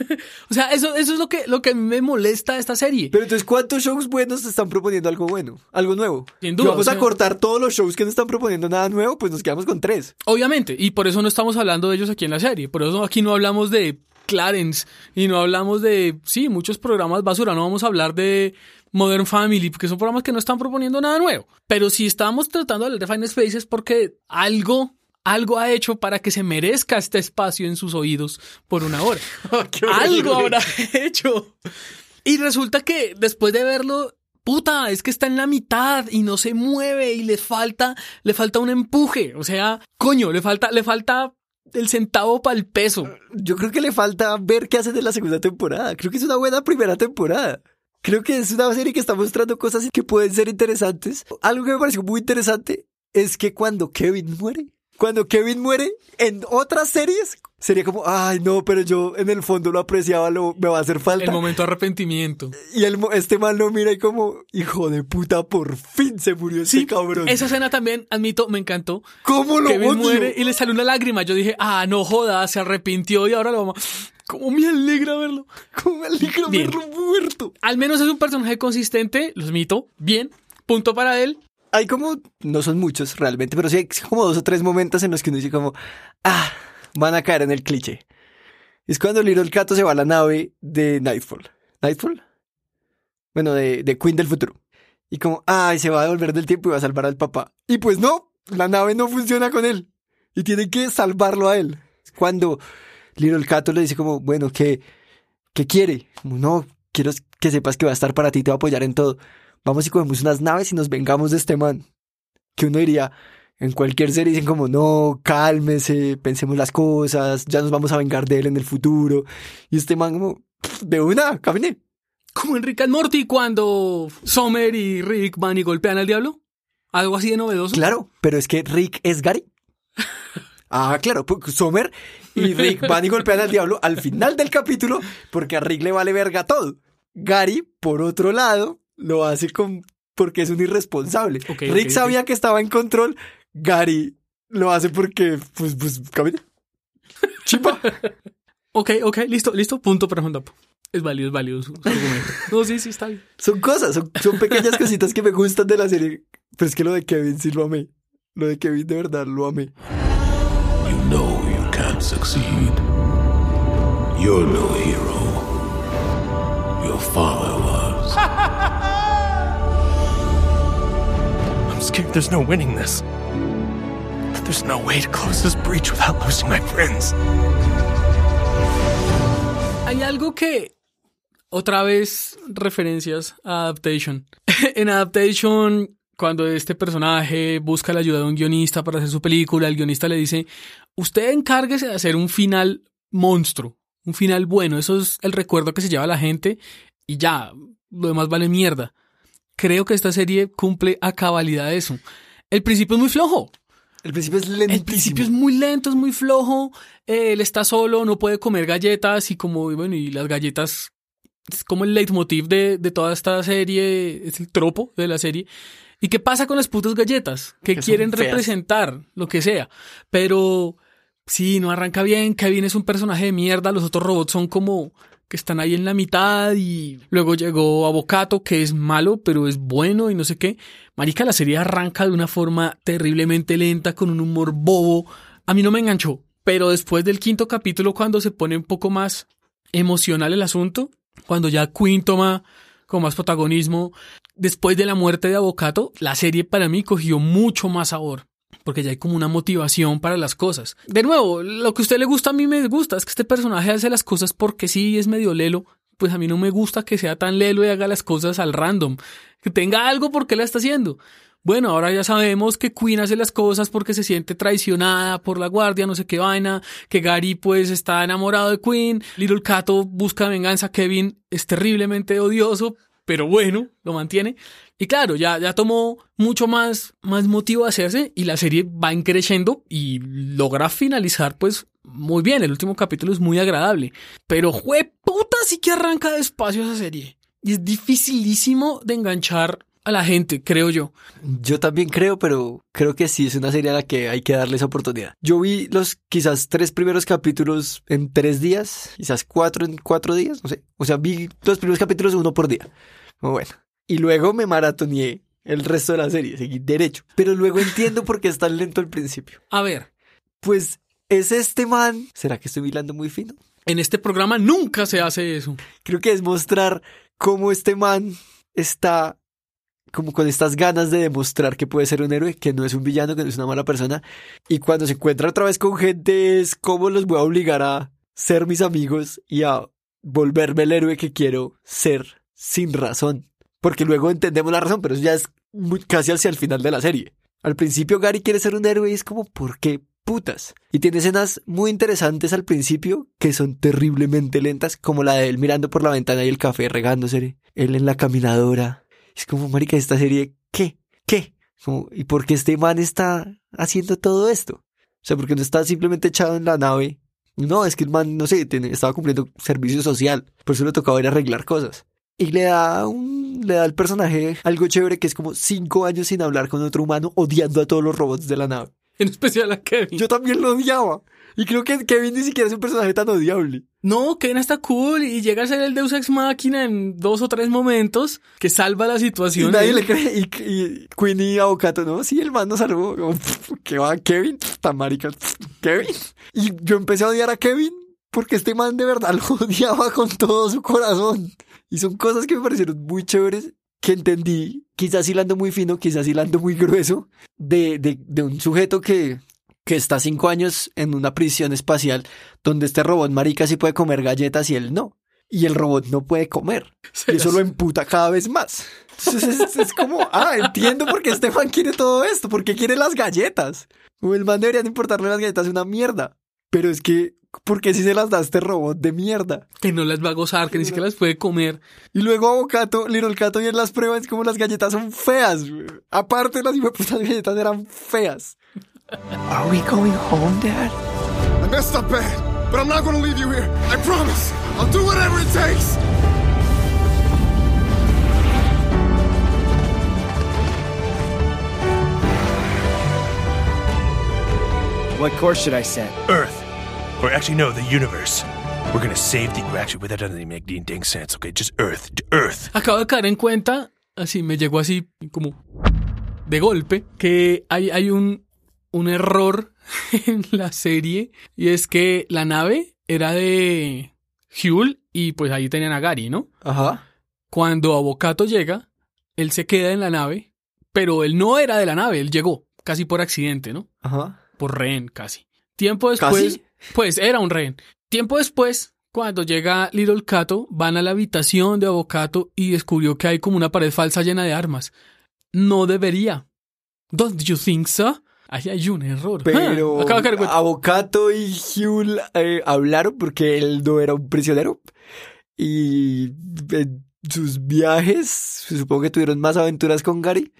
O sea, eso, eso es lo que, lo que me molesta de esta serie. Pero entonces, ¿cuántos shows buenos están proponiendo algo bueno? Algo nuevo. Sin duda. Si vamos o sea, a cortar todos los shows que no están proponiendo nada nuevo, pues nos quedamos con tres. Obviamente, y por eso no estamos hablando de ellos aquí en la serie. Por eso aquí no hablamos de Clarence y no hablamos de, sí, muchos programas basura. No vamos a hablar de Modern Family, porque son programas que no están proponiendo nada nuevo. Pero si estamos tratando de hablar de Final Space es porque algo... Algo ha hecho para que se merezca este espacio en sus oídos por una hora. Oh, Algo habrá hecho. Y resulta que después de verlo, puta, es que está en la mitad y no se mueve y le falta, le falta un empuje. O sea, coño, le falta, le falta el centavo para el peso. Yo creo que le falta ver qué hacen en la segunda temporada. Creo que es una buena primera temporada. Creo que es una serie que está mostrando cosas que pueden ser interesantes. Algo que me pareció muy interesante es que cuando Kevin muere, Cuando Kevin muere en otras series, sería como, ay no, pero yo en el fondo lo apreciaba, lo, me va a hacer falta. El momento de arrepentimiento. Y el, este man lo mira y como, hijo de puta, por fin se murió ese sí, cabrón. Esa escena también, admito, me encantó. ¿Cómo lo Kevin odio? muere y le sale una lágrima. Yo dije, ah, no joda, se arrepintió y ahora lo vamos... ¿Cómo me alegra verlo? ¿Cómo me alegra bien. verlo muerto? Al menos es un personaje consistente, los admito, bien, punto para él. Hay como, no son muchos realmente, pero sí hay como dos o tres momentos en los que uno dice como, ah, van a caer en el cliché. Es cuando Little Cato se va a la nave de Nightfall. ¿Nightfall? Bueno, de, de Queen del futuro. Y como, ay, se va a devolver del tiempo y va a salvar al papá. Y pues no, la nave no funciona con él. Y tienen que salvarlo a él. Cuando Little Cato le dice como, bueno, ¿qué, qué quiere? Como, no, quiero que sepas que va a estar para ti, te va a apoyar en todo. Vamos y cogemos unas naves y nos vengamos de este man. Que uno diría, en cualquier serie dicen como, no, cálmese, pensemos las cosas, ya nos vamos a vengar de él en el futuro. Y este man como, de una, camine. Como en Rick and Morty cuando Summer y Rick van y golpean al diablo. Algo así de novedoso. Claro, pero es que Rick es Gary. Ah, claro, pues Summer y Rick van y golpean al diablo al final del capítulo porque a Rick le vale verga todo. Gary, por otro lado, lo hace con porque es un irresponsable. Okay, Rick okay, sabía okay. que estaba en control. Gary lo hace porque, pues, pues, camina. Chipa. Ok, ok, listo, listo. Punto para Honda. Es válido, es válido su, su argumento. No, sí, sí, está bien. Son cosas, son, son pequeñas cositas que me gustan de la serie. Pero es que lo de Kevin sí lo amé. Lo de Kevin de verdad lo amé. You know you can't succeed. You're no hero. Your father was. I'm scared there's no winning this. There's no way to close this breach without losing my friends. Hay algo que, otra vez, referencias a Adaptation. En Adaptation, cuando este personaje busca la ayuda de un guionista para hacer su película, el guionista le dice, usted encárguese de hacer un final monstruo, un final bueno. Eso es el recuerdo que se lleva a la gente y ya, lo demás vale mierda. Creo que esta serie cumple a cabalidad eso. El principio es muy flojo. El principio es lentísimo. El principio es muy lento, es muy flojo. Eh, él está solo, no puede comer galletas y como, bueno, y las galletas es como el leitmotiv de, de toda esta serie, es el tropo de la serie. ¿Y qué pasa con las putas galletas? Que, que quieren representar lo que sea. Pero sí, no arranca bien. Kevin es un personaje de mierda. Los otros robots son como que están ahí en la mitad y luego llegó Avocato, que es malo, pero es bueno y no sé qué. Marica, la serie arranca de una forma terriblemente lenta, con un humor bobo. A mí no me enganchó, pero después del quinto capítulo, cuando se pone un poco más emocional el asunto, cuando ya Quinn toma con más protagonismo, después de la muerte de Avocato, la serie para mí cogió mucho más sabor. Porque ya hay como una motivación para las cosas. De nuevo, lo que a usted le gusta a mí me gusta. Es que este personaje hace las cosas porque sí, es medio lelo. Pues a mí no me gusta que sea tan lelo y haga las cosas al random. Que tenga algo porque la está haciendo. Bueno, ahora ya sabemos que Quinn hace las cosas porque se siente traicionada por la guardia, no sé qué vaina. Que Gary pues está enamorado de Quinn. Little Cato busca venganza. Kevin es terriblemente odioso, pero bueno, lo mantiene. Y claro, ya, ya tomó mucho más, más motivo a hacerse y la serie va creciendo y logra finalizar pues muy bien. El último capítulo es muy agradable. Pero jueputa sí que arranca despacio esa serie. Y es dificilísimo de enganchar a la gente, creo yo. Yo también creo, pero creo que sí es una serie a la que hay que darle esa oportunidad. Yo vi los quizás tres primeros capítulos en tres días, quizás cuatro en cuatro días, no sé. O sea, vi los primeros capítulos uno por día. Bueno. Y luego me maratoneé el resto de la serie, seguí derecho. Pero luego entiendo por qué es tan lento al principio. A ver. Pues es este man... ¿Será que estoy hilando muy fino? En este programa nunca se hace eso. Creo que es mostrar cómo este man está como con estas ganas de demostrar que puede ser un héroe, que no es un villano, que no es una mala persona. Y cuando se encuentra otra vez con gente es cómo los voy a obligar a ser mis amigos y a volverme el héroe que quiero ser sin razón. Porque luego entendemos la razón, pero eso ya es muy, casi hacia el final de la serie. Al principio Gary quiere ser un héroe y es como, ¿por qué putas? Y tiene escenas muy interesantes al principio que son terriblemente lentas, como la de él mirando por la ventana y el café regándose, él en la caminadora. Es como, marica, esta serie, ¿qué? ¿Qué? Como, ¿y por qué este man está haciendo todo esto? O sea, porque no está simplemente echado en la nave. No, es que el man, no sé, tiene, estaba cumpliendo servicio social, por eso le tocaba ir a arreglar cosas. Y le da un, le da al personaje algo chévere que es como cinco años sin hablar con otro humano, odiando a todos los robots de la nave. En especial a Kevin. Yo también lo odiaba. Y creo que Kevin ni siquiera es un personaje tan odiable. No, Kevin está cool y llega a ser el Deus Ex Machina en dos o tres momentos que salva la situación. Y nadie le cree. Y, y Quinn y Avocato, ¿no? Sí, el man nos salvó. Como, ¿qué va, Kevin? Tan marica. Kevin. Y yo empecé a odiar a Kevin porque este man de verdad lo odiaba con todo su corazón. Y son cosas que me parecieron muy chéveres, que entendí, quizás hilando muy fino, quizás hilando muy grueso, de, de, de un sujeto que, que está cinco años en una prisión espacial donde este robot marica sí puede comer galletas y él no. Y el robot no puede comer. Y eso lo emputa cada vez más. Entonces es, es como, ah, entiendo por qué este man quiere todo esto, por qué quiere las galletas. O el man debería importarle las galletas, es una mierda. Pero es que, ¿por qué si se las da este robot de mierda? Que no las va a gozar, que ni siquiera las puede comer. Y luego Avocato, Little Cato, y en las pruebas como las galletas son feas. Aparte, las putas galletas eran feas. Are we going home, Dad? I messed up bad, but I'm not going to leave you here. I promise. I'll do whatever it takes. What course should I set? Earth. Or actually, no, the universe. We're gonna save the... Actually, wait, that doesn't even make any dang sense, okay? Just Earth. Earth. Acabo de caer en cuenta, así me llegó así como de golpe, que hay, hay un, un error en la serie, y es que la nave era de Huell y pues ahí tenían a Gary, ¿no? Ajá. Cuando Avocato llega, él se queda en la nave, pero él no era de la nave, él llegó casi por accidente, ¿no? Ajá. Por rehén, casi. Tiempo después, ¿Casi? pues era un rehén. Tiempo después, cuando llega Little Cato, van a la habitación de Avocato y descubrió que hay como una pared falsa llena de armas. No debería. Don't you think so? Ahí hay un error. Pero ah, Avocato y Huell eh, hablaron porque él no era un prisionero. Y en sus viajes, supongo que tuvieron más aventuras con Gary.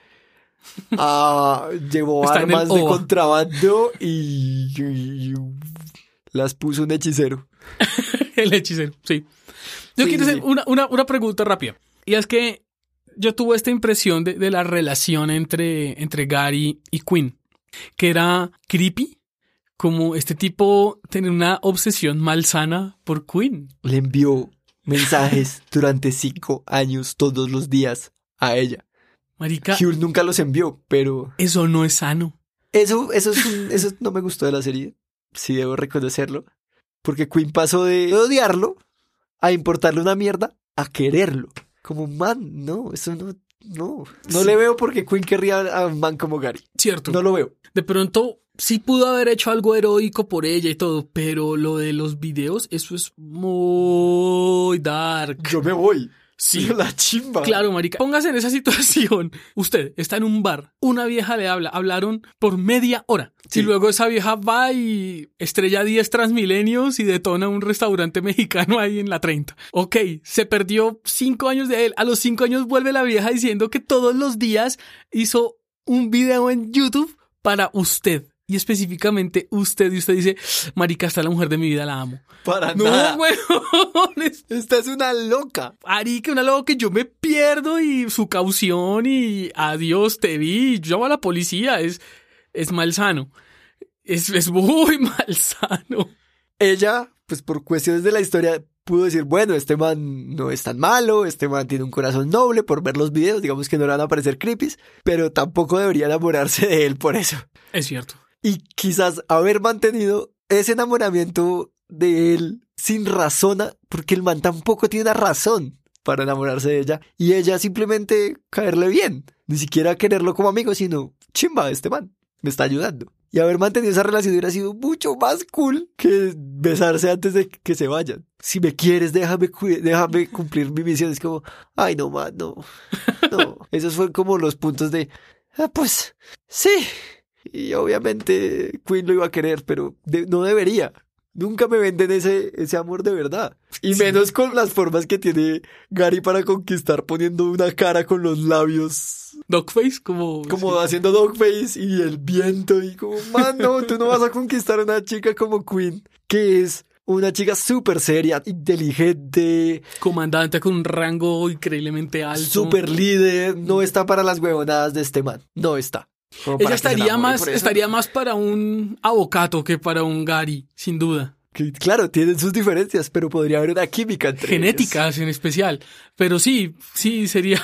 Uh, llevó Está armas de contrabando y, y, y las puso un hechicero. El hechicero, sí. Yo sí, quiero sí. hacer una, una, una pregunta rápida. Y es que yo tuve esta impresión de, de la relación entre, entre Gary y Quinn, que era creepy, como este tipo tenía una obsesión malsana por Quinn. Le envió mensajes durante cinco años, todos los días, a ella. Marica, Huell nunca los envió, pero... Eso no es sano. Eso, eso, es un, eso no me gustó de la serie, sí debo reconocerlo. Porque Quinn pasó de odiarlo a importarle una mierda a quererlo. Como, man, no, eso no... No, no sí. le veo porque Quinn querría a un man como Gary. Cierto. No lo veo. De pronto sí pudo haber hecho algo heroico por ella y todo, pero lo de los videos, eso es muy dark. Yo me voy. Sí. La chimba. Claro, marica. Póngase en esa situación. Usted está en un bar. Una vieja le habla. Hablaron por media hora. Sí. Y luego esa vieja va y estrella diez Transmilenios y detona un restaurante mexicano ahí en la treinta. Ok, se perdió cinco años de él. A los cinco años vuelve la vieja diciendo que todos los días hizo un video en YouTube para usted. Y específicamente usted, y usted dice, marica, esta es la mujer de mi vida, la amo. Para no, nada. No, weón. Esta es una loca. Marica, una loca que yo me pierdo y su caución y adiós, te vi, llamo a la policía. Es, es malsano. Es, es muy malsano. Ella, pues por cuestiones de la historia, pudo decir, bueno, este man no es tan malo, este man tiene un corazón noble por ver los videos, digamos que no le van a parecer creepies, pero tampoco debería enamorarse de él por eso. Es cierto. Y quizás haber mantenido ese enamoramiento de él sin razón, porque el man tampoco tiene una razón para enamorarse de ella, y ella simplemente caerle bien, ni siquiera quererlo como amigo, sino chimba, este man me está ayudando. Y haber mantenido esa relación hubiera sido mucho más cool que besarse antes de que se vayan. Si me quieres, déjame, déjame cumplir mi misión. Es como, ay no man, no, no. Esos fueron como los puntos de, ah, pues, sí. Y obviamente Quinn lo iba a querer, pero de, no debería. Nunca me venden ese, ese amor de verdad. Y sí. Menos con las formas que tiene Gary para conquistar, poniendo una cara con los labios. Dogface, como... Como sí. Haciendo dogface y el viento y como, man, no, tú no vas a conquistar a una chica como Quinn, que es una chica súper seria, inteligente. Comandante con un rango increíblemente alto. Súper líder, no está para las huevonadas de este man, no está. Ella estaría más, estaría más para un Avocato que para un Gary, sin duda. Que, claro, tienen sus diferencias, pero podría haber una química entre genéticas ellos. En especial. Pero sí, sí, sería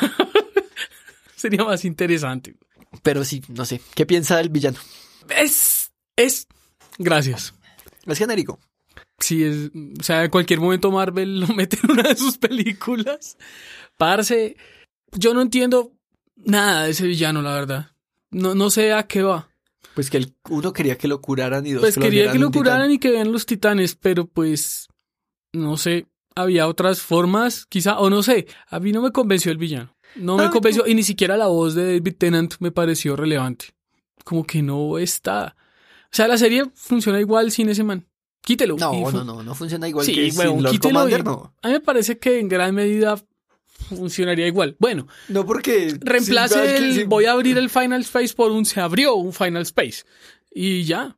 sería más interesante. Pero sí, no sé. ¿Qué piensa del villano? Es, es, gracias. Es genérico. Sí, es, o sea, en cualquier momento Marvel lo mete en una de sus películas. Parce, yo no entiendo nada de ese villano, la verdad. No, no sé a qué va. Pues que el, uno quería que lo curaran y dos pues que quería lo que lo curaran titán. Y que vean los titanes, pero pues no sé, había otras formas, quizá, o no sé, a mí no me convenció el villano. No me ah, convenció, no. Y ni siquiera la voz de David Tennant me pareció relevante. Como que no está. O sea, la serie funciona igual sin ese man. Quítelo. No, fu- no, no, no funciona igual sí, que bueno, sin Lord quítelo Commander, y, no. A mí me parece que en gran medida funcionaría igual. Bueno, no porque reemplace el sin... voy a abrir el Final Space por un se abrió un Final Space y ya.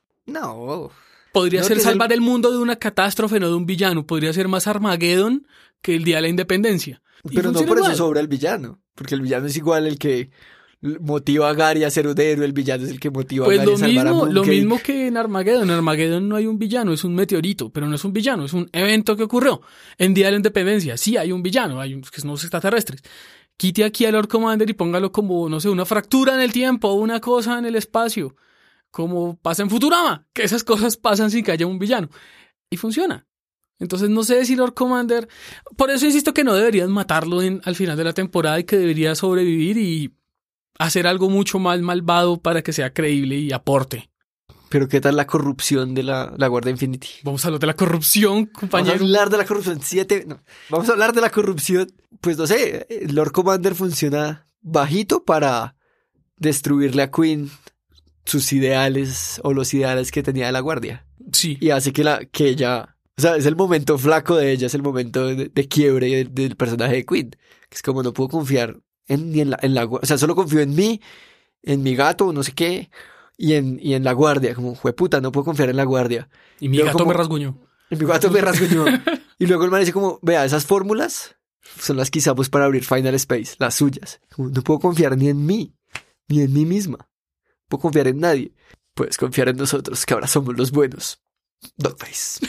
No. Podría no ser salvar el... el mundo de una catástrofe, no de un villano. Podría ser más Armageddon que el Día de la Independencia. Pero no por igual. Eso sobra el villano, porque el villano es igual el que motiva a Gary a ser un héroe, el villano es el que motiva pues a Gary lo a salvar mismo, a lo Mooncake. mismo que en Armageddon. En Armageddon no hay un villano, es un meteorito, pero no es un villano, es un evento que ocurrió. En Día de la Independencia sí hay un villano, hay un, que son los extraterrestres. Quite aquí al Lord Commander y póngalo como, no sé, una fractura en el tiempo o una cosa en el espacio, como pasa en Futurama, que esas cosas pasan sin que haya un villano. Y funciona. Entonces no sé si Lord Commander... Por eso insisto que no deberían matarlo en, al final de la temporada y que debería sobrevivir y hacer algo mucho más malvado para que sea creíble y aporte. Pero ¿qué tal la corrupción de la, la Guardia Infinity? Vamos a hablar de la corrupción, compañero. Vamos a hablar de la corrupción. Siete... No. Vamos a hablar de la corrupción. Pues no sé, Lord Commander funciona bajito para destruirle a Queen sus ideales o los ideales que tenía de la Guardia. Sí. Y hace que, la, que ella... O sea, es el momento flaco de ella, es el momento de, de quiebre de, del personaje de Queen. Que es como no puedo confiar en, ni en la, en la... O sea, solo confío en mí, en mi gato, no sé qué, y en, y en la Guardia. Como, jueputa, no puedo confiar en la Guardia. Y mi luego gato como, me rasguñó. Y mi gato me rasguñó. Y luego el man dice como, vea, esas fórmulas son las que usamos para abrir Final Space, las suyas. Como, no puedo confiar ni en mí, ni en mí misma. No puedo confiar en nadie. Puedes confiar en nosotros, que ahora somos los buenos. Dogface.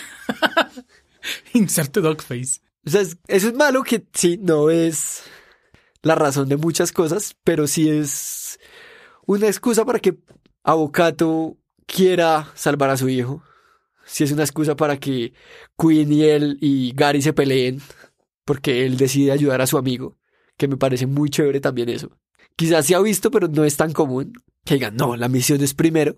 Inserte Dogface. O sea, es, eso es malo que sí, no es la razón de muchas cosas, pero sí es una excusa para que Avocato quiera salvar a su hijo. Sí es una excusa para que Queen y él y Gary se peleen, porque él decide ayudar a su amigo, que me parece muy chévere también eso. Quizás se ha visto, pero no es tan común que digan, no, la misión es primero.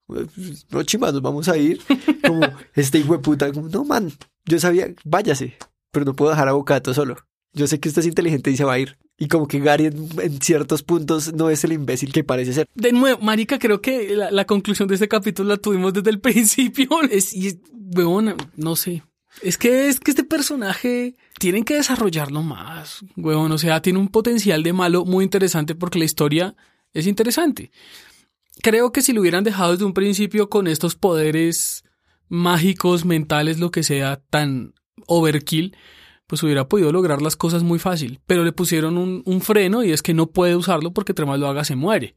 No, chima, nos vamos a ir. Como este hijo de puta, como, no, man, yo sabía, váyase, pero no puedo dejar a Avocato solo. Yo sé que usted es inteligente y se va a ir. Y como que Gary en, en ciertos puntos no es el imbécil que parece ser. De nuevo, marica, creo que la, la conclusión de este capítulo la tuvimos desde el principio. Es, y es, huevona, no sé. Es que, es que este personaje tienen que desarrollarlo más, huevón. O sea, tiene un potencial de malo muy interesante porque la historia es interesante. Creo que si lo hubieran dejado desde un principio con estos poderes mágicos, mentales, lo que sea, tan overkill, pues hubiera podido lograr las cosas muy fácil. Pero le pusieron un, un freno y es que no puede usarlo porque entre más lo haga se muere.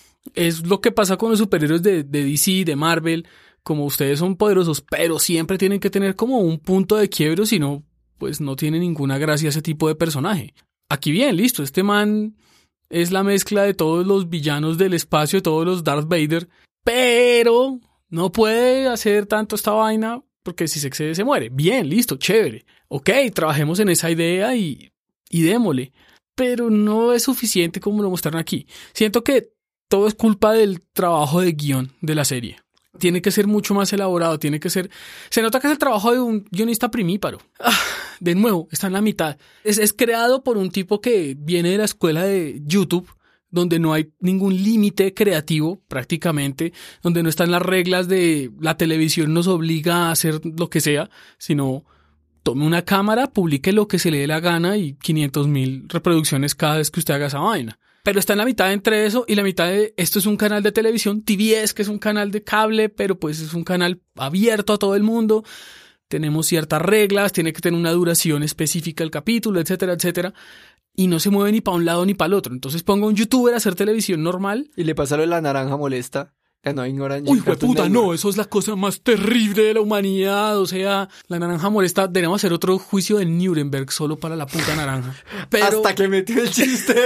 Es lo que pasa con los superhéroes de, de D C, de Marvel. Como ustedes son poderosos, pero siempre tienen que tener como un punto de quiebre, si no, pues no tiene ninguna gracia ese tipo de personaje. Aquí bien, listo, este man es la mezcla de todos los villanos del espacio, de todos los Darth Vader, pero no puede hacer tanto esta vaina porque si se excede se muere. Bien, listo, chévere. Ok, trabajemos en esa idea y, y démosle. Pero no es suficiente como lo mostraron aquí. Siento que todo es culpa del trabajo de guión de la serie. Tiene que ser mucho más elaborado, tiene que ser... Se nota que es el trabajo de un guionista primíparo. Ah, de nuevo, está en la mitad. Es, es creado por un tipo que viene de la escuela de YouTube, donde no hay ningún límite creativo prácticamente, donde no están las reglas de la televisión nos obliga a hacer lo que sea, sino tome una cámara, publique lo que se le dé la gana y quinientas mil reproducciones cada vez que usted haga esa vaina. Pero está en la mitad entre eso y la mitad de esto es un canal de televisión, T V S, que es un canal de cable, pero pues es un canal abierto a todo el mundo. Tenemos ciertas reglas, tiene que tener una duración específica el capítulo, etcétera, etcétera. Y no se mueve ni para un lado ni para el otro. Entonces pongo a un youtuber a hacer televisión normal. Y le pasa lo de la naranja molesta. No ignoran. Uy, puta, no, eso es la cosa más terrible de la humanidad. O sea, la naranja molesta. Deberíamos hacer otro juicio de Nuremberg solo para la puta naranja. Pero... Hasta que metió el chiste.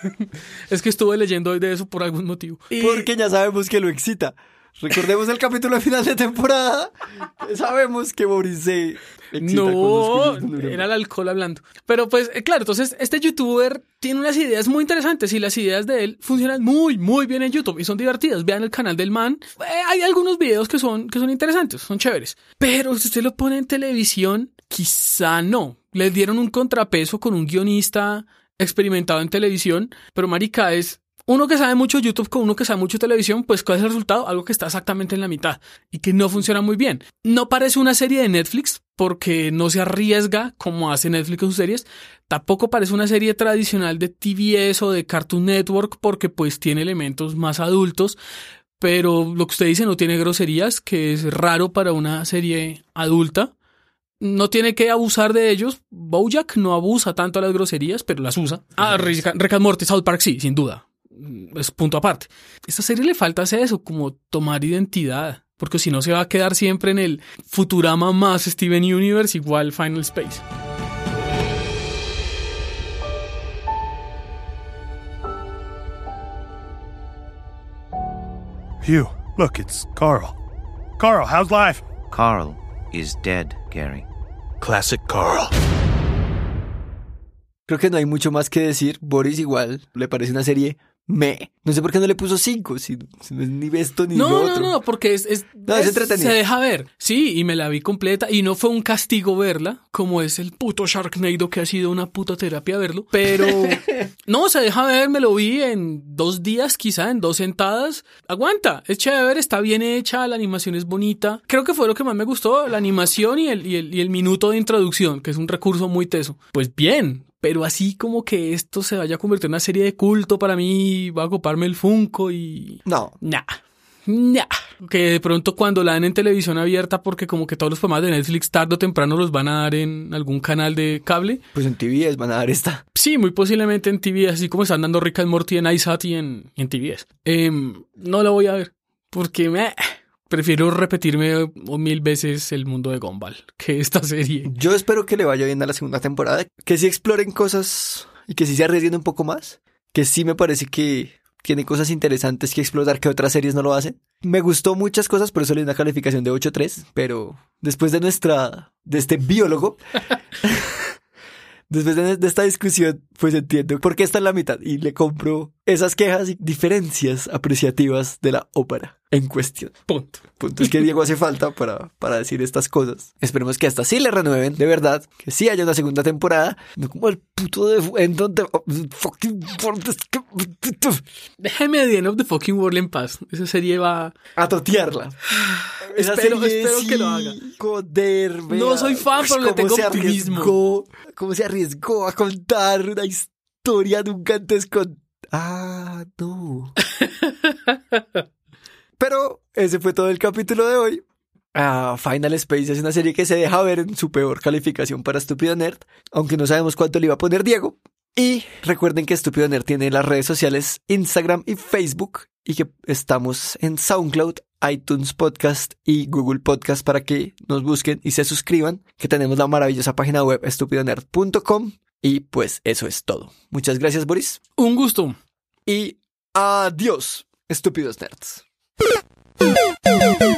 Es que estuve leyendo hoy de eso por algún motivo. Y... Porque ya sabemos que lo excita. Recordemos el capítulo final de temporada. Sabemos que Boris se excita no, con los era el alcohol hablando. Pero pues, claro, entonces este youtuber tiene unas ideas muy interesantes y las ideas de él funcionan muy, muy bien en YouTube y son divertidas. Vean el canal del man. Eh, hay algunos videos que son, que son interesantes, son chéveres. Pero si usted lo pone en televisión, quizá no. Le dieron un contrapeso con un guionista experimentado en televisión, pero marica, es... Uno que sabe mucho de YouTube con uno que sabe mucho de televisión, pues ¿cuál es el resultado? Algo que está exactamente en la mitad y que no funciona muy bien. No parece una serie de Netflix porque no se arriesga como hace Netflix en sus series. Tampoco parece una serie tradicional de T V S o de Cartoon Network porque pues tiene elementos más adultos. Pero lo que usted dice no tiene groserías, que es raro para una serie adulta. No tiene que abusar de ellos. BoJack no abusa tanto a las groserías, pero las usa. Ah, Rick and Morty, South Park sí, sin duda. es punto aparte. Esta serie le falta hacer eso, como tomar identidad, porque si no se va a quedar siempre en el Futurama más Steven Universe igual Final Space. Hugh, look, it's Carl. Carl, how's life? Carl is dead, Gary. Classic Carl. Creo que no hay mucho más que decir. Boris igual le parece una serie me. No sé por qué no le puso cinco, si, si no es ni esto ni no, lo otro. No, no, porque es, es, no, es, es entretenido. Se deja ver. Sí, y me la vi completa y no fue un castigo verla, como es el puto Sharknado que ha sido una puta terapia verlo. Pero no, se deja ver, me lo vi en dos días, quizá en dos sentadas. Aguanta, es chévere, está bien hecha, la animación es bonita. Creo que fue lo que más me gustó, la animación y el, y el, y el minuto de introducción, que es un recurso muy teso. Pues bien. Pero así como que esto se vaya a convertir en una serie de culto para mí, va a coparme el Funko y... No. Nah. Nah. Que de pronto cuando la dan en televisión abierta, porque como que todos los programas de Netflix tarde o temprano los van a dar en algún canal de cable. Pues en T V S van a dar esta. Sí, muy posiblemente en T V S, así como están dando Rick and Morty en iSat y en, en T V S. Eh, no la voy a ver, porque me... Prefiero repetirme mil veces el mundo de Gumball que esta serie. Yo espero que le vaya bien a la segunda temporada, que sí exploren cosas y que sí se arriesguen un poco más, que sí me parece que tiene cosas interesantes que explotar que otras series no lo hacen. Me gustó muchas cosas, por eso le di una calificación de ocho punto tres, pero después de nuestra, de este biólogo... Después de, de esta discusión, pues entiendo por qué está en la mitad y le compro esas quejas y diferencias apreciativas de la ópera en cuestión. Punto. Punto. Es que Diego hace falta para, para decir estas cosas. Esperemos que hasta sí le renueven, de verdad, que sí haya una segunda temporada, no como el puto de en donde oh, fucking déjeme The End of the Fucking World en paz. Esa serie va a totearla. Esa espero, serie espero sí, que lo haga. Joder, vea, no soy fan, pero le tengo optimismo. Arriesgó, cómo se arriesgó a contar una historia nunca antes con... Ah, no. Pero ese fue todo el capítulo de hoy. Uh, Final Space es una serie que se deja ver en su peor calificación para Estúpido Nerd, aunque no sabemos cuánto le iba a poner Diego. Y recuerden que Estúpido Nerd tiene las redes sociales Instagram y Facebook, y que estamos en SoundCloud, iTunes Podcast y Google Podcast para que nos busquen y se suscriban, que tenemos la maravillosa página web estúpido nerd punto com. Y pues eso es todo. Muchas gracias, Boris. Un gusto. Y adiós, estúpidos nerds.